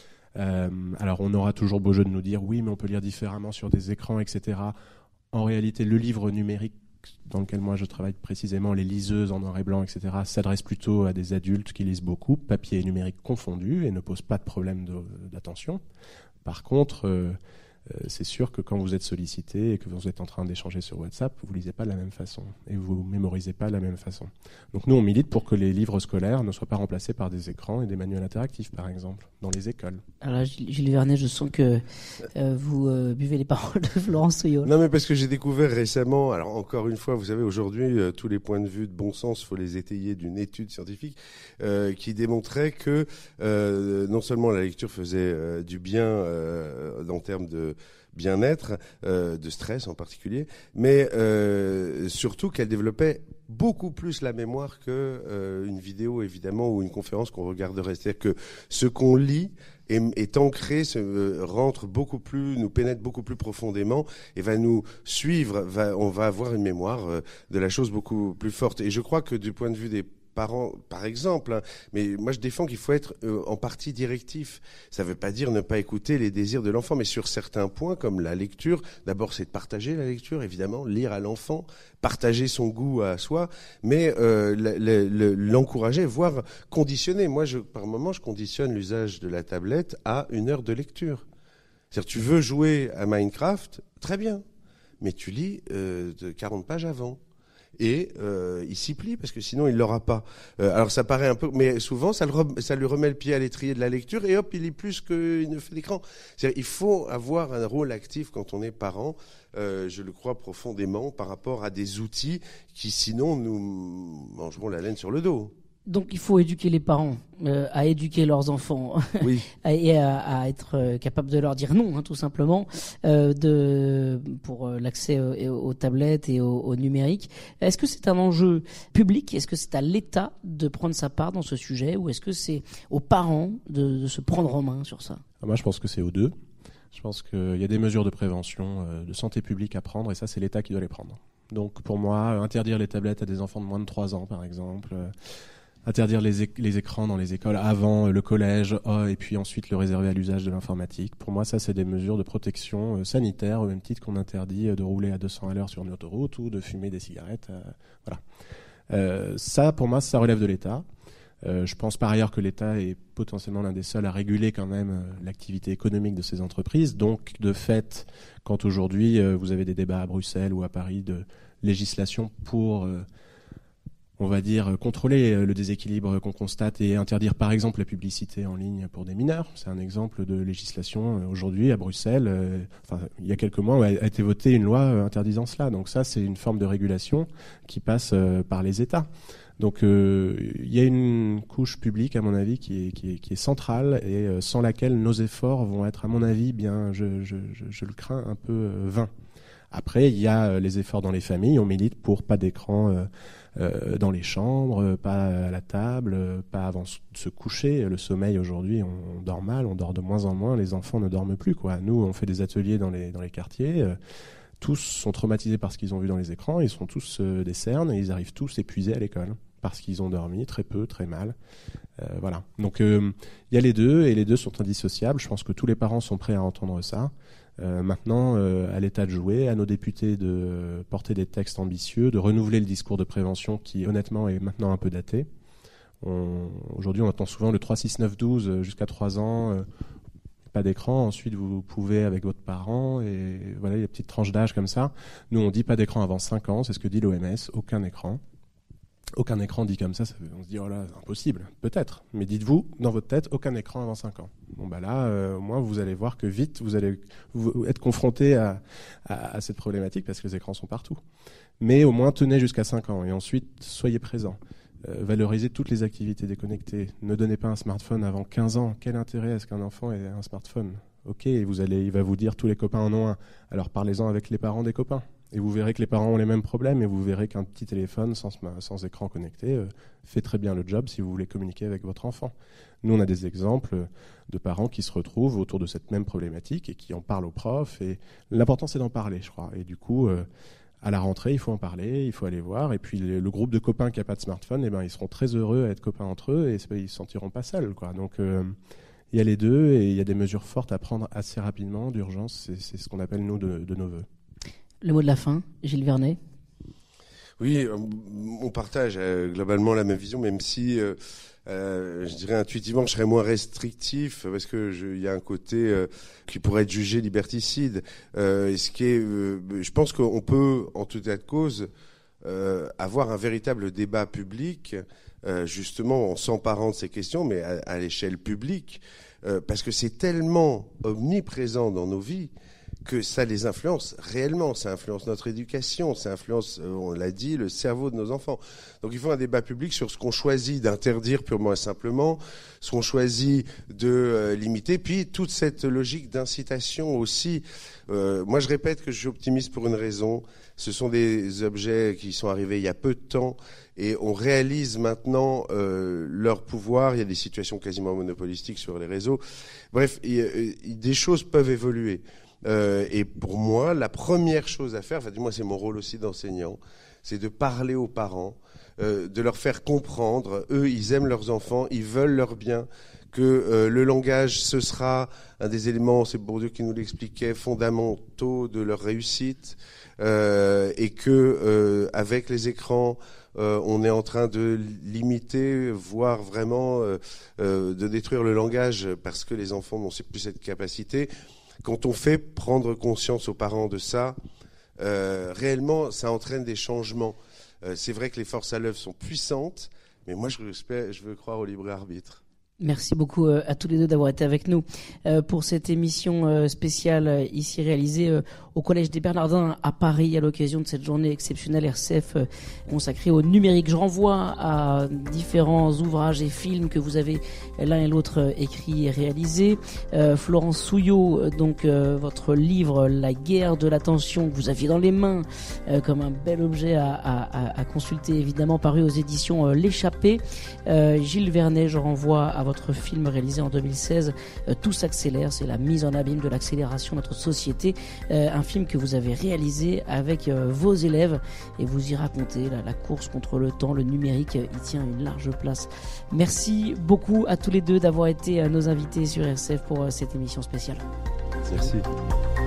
Alors on aura toujours beau jeu de nous dire oui, mais on peut lire différemment sur des écrans, etc. En réalité, le livre numérique dans lequel moi je travaille précisément, les liseuses en noir et blanc, etc., s'adressent plutôt à des adultes qui lisent beaucoup, papier et numérique confondus, et ne posent pas de problème d'attention. Par contre, c'est sûr que quand vous êtes sollicité et que vous êtes en train d'échanger sur WhatsApp, vous lisez pas de la même façon et vous mémorisez pas de la même façon. Donc nous, on milite pour que les livres scolaires ne soient pas remplacés par des écrans et des manuels interactifs, par exemple, dans les écoles. Alors là, Gilles Vernet, je sens que vous buvez les paroles de Florent Souillot. Non, mais parce que j'ai découvert récemment, alors encore une fois, vous savez, aujourd'hui, tous les points de vue de bon sens, il faut les étayer d'une étude scientifique qui démontrait que non seulement la lecture faisait du bien en termes de bien-être, de stress en particulier, mais surtout qu'elle développait beaucoup plus la mémoire que une vidéo évidemment ou une conférence qu'on regarderait. C'est-à-dire que ce qu'on lit est ancré, rentre beaucoup plus, nous pénètre beaucoup plus profondément et va nous suivre. On va avoir une mémoire de la chose beaucoup plus forte. Et je crois que du point de vue des parent, par exemple, hein, mais moi je défends qu'il faut être en partie directif. Ça ne veut pas dire ne pas écouter les désirs de l'enfant, mais sur certains points, comme la lecture, d'abord c'est de partager la lecture, évidemment, lire à l'enfant, partager son goût à soi, mais l'encourager, voire conditionner. Moi, par moment, je conditionne l'usage de la tablette à 1 heure de lecture. C'est-à-dire, tu veux jouer à Minecraft, très bien, mais tu lis de 40 pages avant. Et il s'y plie parce que sinon il l'aura pas. Alors ça paraît un peu, mais souvent ça lui remet le pied à l'étrier de la lecture et hop, il lit plus qu'il ne fait d'écran. C'est-à-dire, il faut avoir un rôle actif quand on est parent. Je le crois profondément par rapport à des outils qui sinon nous mangeront la laine sur le dos. Donc il faut éduquer les parents à éduquer leurs enfants oui. et à être capable de leur dire non, hein, tout simplement, pour l'accès aux tablettes et au numérique. Est-ce que c'est un enjeu public ? Est-ce que c'est à l'État de prendre sa part dans ce sujet ou est-ce que c'est aux parents de se prendre en main sur ça ? Moi, je pense que c'est aux deux. Je pense qu'il y a des mesures de prévention, de santé publique à prendre et ça, c'est l'État qui doit les prendre. Donc pour moi, interdire les tablettes à des enfants de moins de 3 ans, par exemple, interdire les écrans dans les écoles avant le collège et puis ensuite le réserver à l'usage de l'informatique. Pour moi, ça, c'est des mesures de protection sanitaire, au même titre qu'on interdit de rouler à 200 à l'heure sur une autoroute ou de fumer des cigarettes. Voilà. Ça, pour moi, ça relève de l'État. Je pense par ailleurs que l'État est potentiellement l'un des seuls à réguler quand même l'activité économique de ces entreprises. Donc, de fait, quand aujourd'hui vous avez des débats à Bruxelles ou à Paris de législation pour on va dire, contrôler le déséquilibre qu'on constate et interdire par exemple la publicité en ligne pour des mineurs. C'est un exemple de législation aujourd'hui à Bruxelles. Il y a quelques mois, a été votée une loi interdisant cela. Donc ça, c'est une forme de régulation qui passe par les États. Donc il y a une couche publique, à mon avis, qui est centrale et sans laquelle nos efforts vont être, à mon avis, bien, je le crains, un peu vains. Après, il y a les efforts dans les familles. On milite pour pas d'écran dans les chambres, pas à la table, pas avant de se coucher. Le sommeil aujourd'hui, on dort mal, on dort de moins en moins. Les enfants ne dorment plus, quoi. Nous, on fait des ateliers dans les quartiers. Tous sont traumatisés par ce qu'ils ont vu dans les écrans. Ils sont tous des cernes et ils arrivent tous épuisés à l'école parce qu'ils ont dormi très peu, très mal. Voilà. Donc il y a les deux et les deux sont indissociables. Je pense que tous les parents sont prêts à entendre ça. Maintenant, à l'État de jouer, à nos députés de porter des textes ambitieux, de renouveler le discours de prévention qui, honnêtement, est maintenant un peu daté. Aujourd'hui, on entend souvent le 3-6-9-12 jusqu'à 3 ans, pas d'écran. Ensuite, vous pouvez avec votre parent et voilà, il y a des petites tranches d'âge comme ça. Nous, on dit pas d'écran avant 5 ans, c'est ce que dit l'OMS, aucun écran. Aucun écran dit comme ça, on se dit, oh là, c'est impossible, peut-être. Mais dites-vous, dans votre tête, aucun écran avant 5 ans. Bon, bah là, au moins, vous allez voir que vite, vous allez être confronté à cette problématique parce que les écrans sont partout. Mais au moins, tenez jusqu'à 5 ans et ensuite, soyez présents. Valorisez toutes les activités déconnectées. Ne donnez pas un smartphone avant 15 ans. Quel intérêt est-ce qu'un enfant ait un smartphone ? Ok, il va vous dire tous les copains en ont un. Alors parlez-en avec les parents des copains. Et vous verrez que les parents ont les mêmes problèmes et vous verrez qu'un petit téléphone sans écran connecté fait très bien le job si vous voulez communiquer avec votre enfant. Nous, on a des exemples de parents qui se retrouvent autour de cette même problématique et qui en parlent aux profs. Et l'important, c'est d'en parler, je crois. Et du coup, à la rentrée, il faut en parler, il faut aller voir. Et puis, le groupe de copains qui n'a pas de smartphone, ils seront très heureux à être copains entre eux et ils ne se sentiront pas seuls, quoi. Donc, il y a les deux et il y a des mesures fortes à prendre assez rapidement, d'urgence. C'est ce qu'on appelle, nous, de nos voeux. Le mot de la fin, Gilles Vernet. Oui, on partage globalement la même vision, même si je dirais intuitivement que je serais moins restrictif parce que il y a un côté qui pourrait être jugé liberticide. Et ce qui est, je pense qu'on peut, en tout état de cause, avoir un véritable débat public, justement en s'emparant de ces questions, mais à l'échelle publique, parce que c'est tellement omniprésent dans nos vies que ça les influence réellement, ça influence notre éducation, ça influence, on l'a dit, le cerveau de nos enfants. Donc il faut un débat public sur ce qu'on choisit d'interdire purement et simplement, ce qu'on choisit de limiter, puis toute cette logique d'incitation aussi. Moi je répète que je suis optimiste pour une raison, ce sont des objets qui sont arrivés il y a peu de temps et on réalise maintenant leur pouvoir, il y a des situations quasiment monopolistiques sur les réseaux. Bref, des choses peuvent évoluer. Et pour moi, la première chose à faire, enfin du moins c'est mon rôle aussi d'enseignant, c'est de parler aux parents, de leur faire comprendre. Eux, ils aiment leurs enfants, ils veulent leur bien, que le langage, ce sera un des éléments, c'est Bourdieu qui nous l'expliquait, fondamentaux de leur réussite, et que avec les écrans, on est en train de limiter, voire vraiment de détruire le langage parce que les enfants n'ont plus cette capacité. Quand on fait prendre conscience aux parents de ça, réellement, ça entraîne des changements. C'est vrai que les forces à l'œuvre sont puissantes, mais moi, je veux croire au libre arbitre. Merci beaucoup à tous les deux d'avoir été avec nous pour cette émission spéciale ici réalisée au Collège des Bernardins à Paris à l'occasion de cette journée exceptionnelle RCF consacrée au numérique. Je renvoie à différents ouvrages et films que vous avez l'un et l'autre écrits et réalisés. Florence Souillot, donc votre livre La guerre de l'attention que vous aviez dans les mains comme un bel objet à consulter, évidemment paru aux éditions L'Échappée. Gilles Vernet, je renvoie à votre film réalisé en 2016, Tout s'accélère, c'est la mise en abîme de l'accélération de notre société, un film que vous avez réalisé avec vos élèves et vous y racontez la course contre le temps, le numérique y tient une large place. Merci beaucoup à tous les deux d'avoir été nos invités sur RCF pour cette émission spéciale. Merci.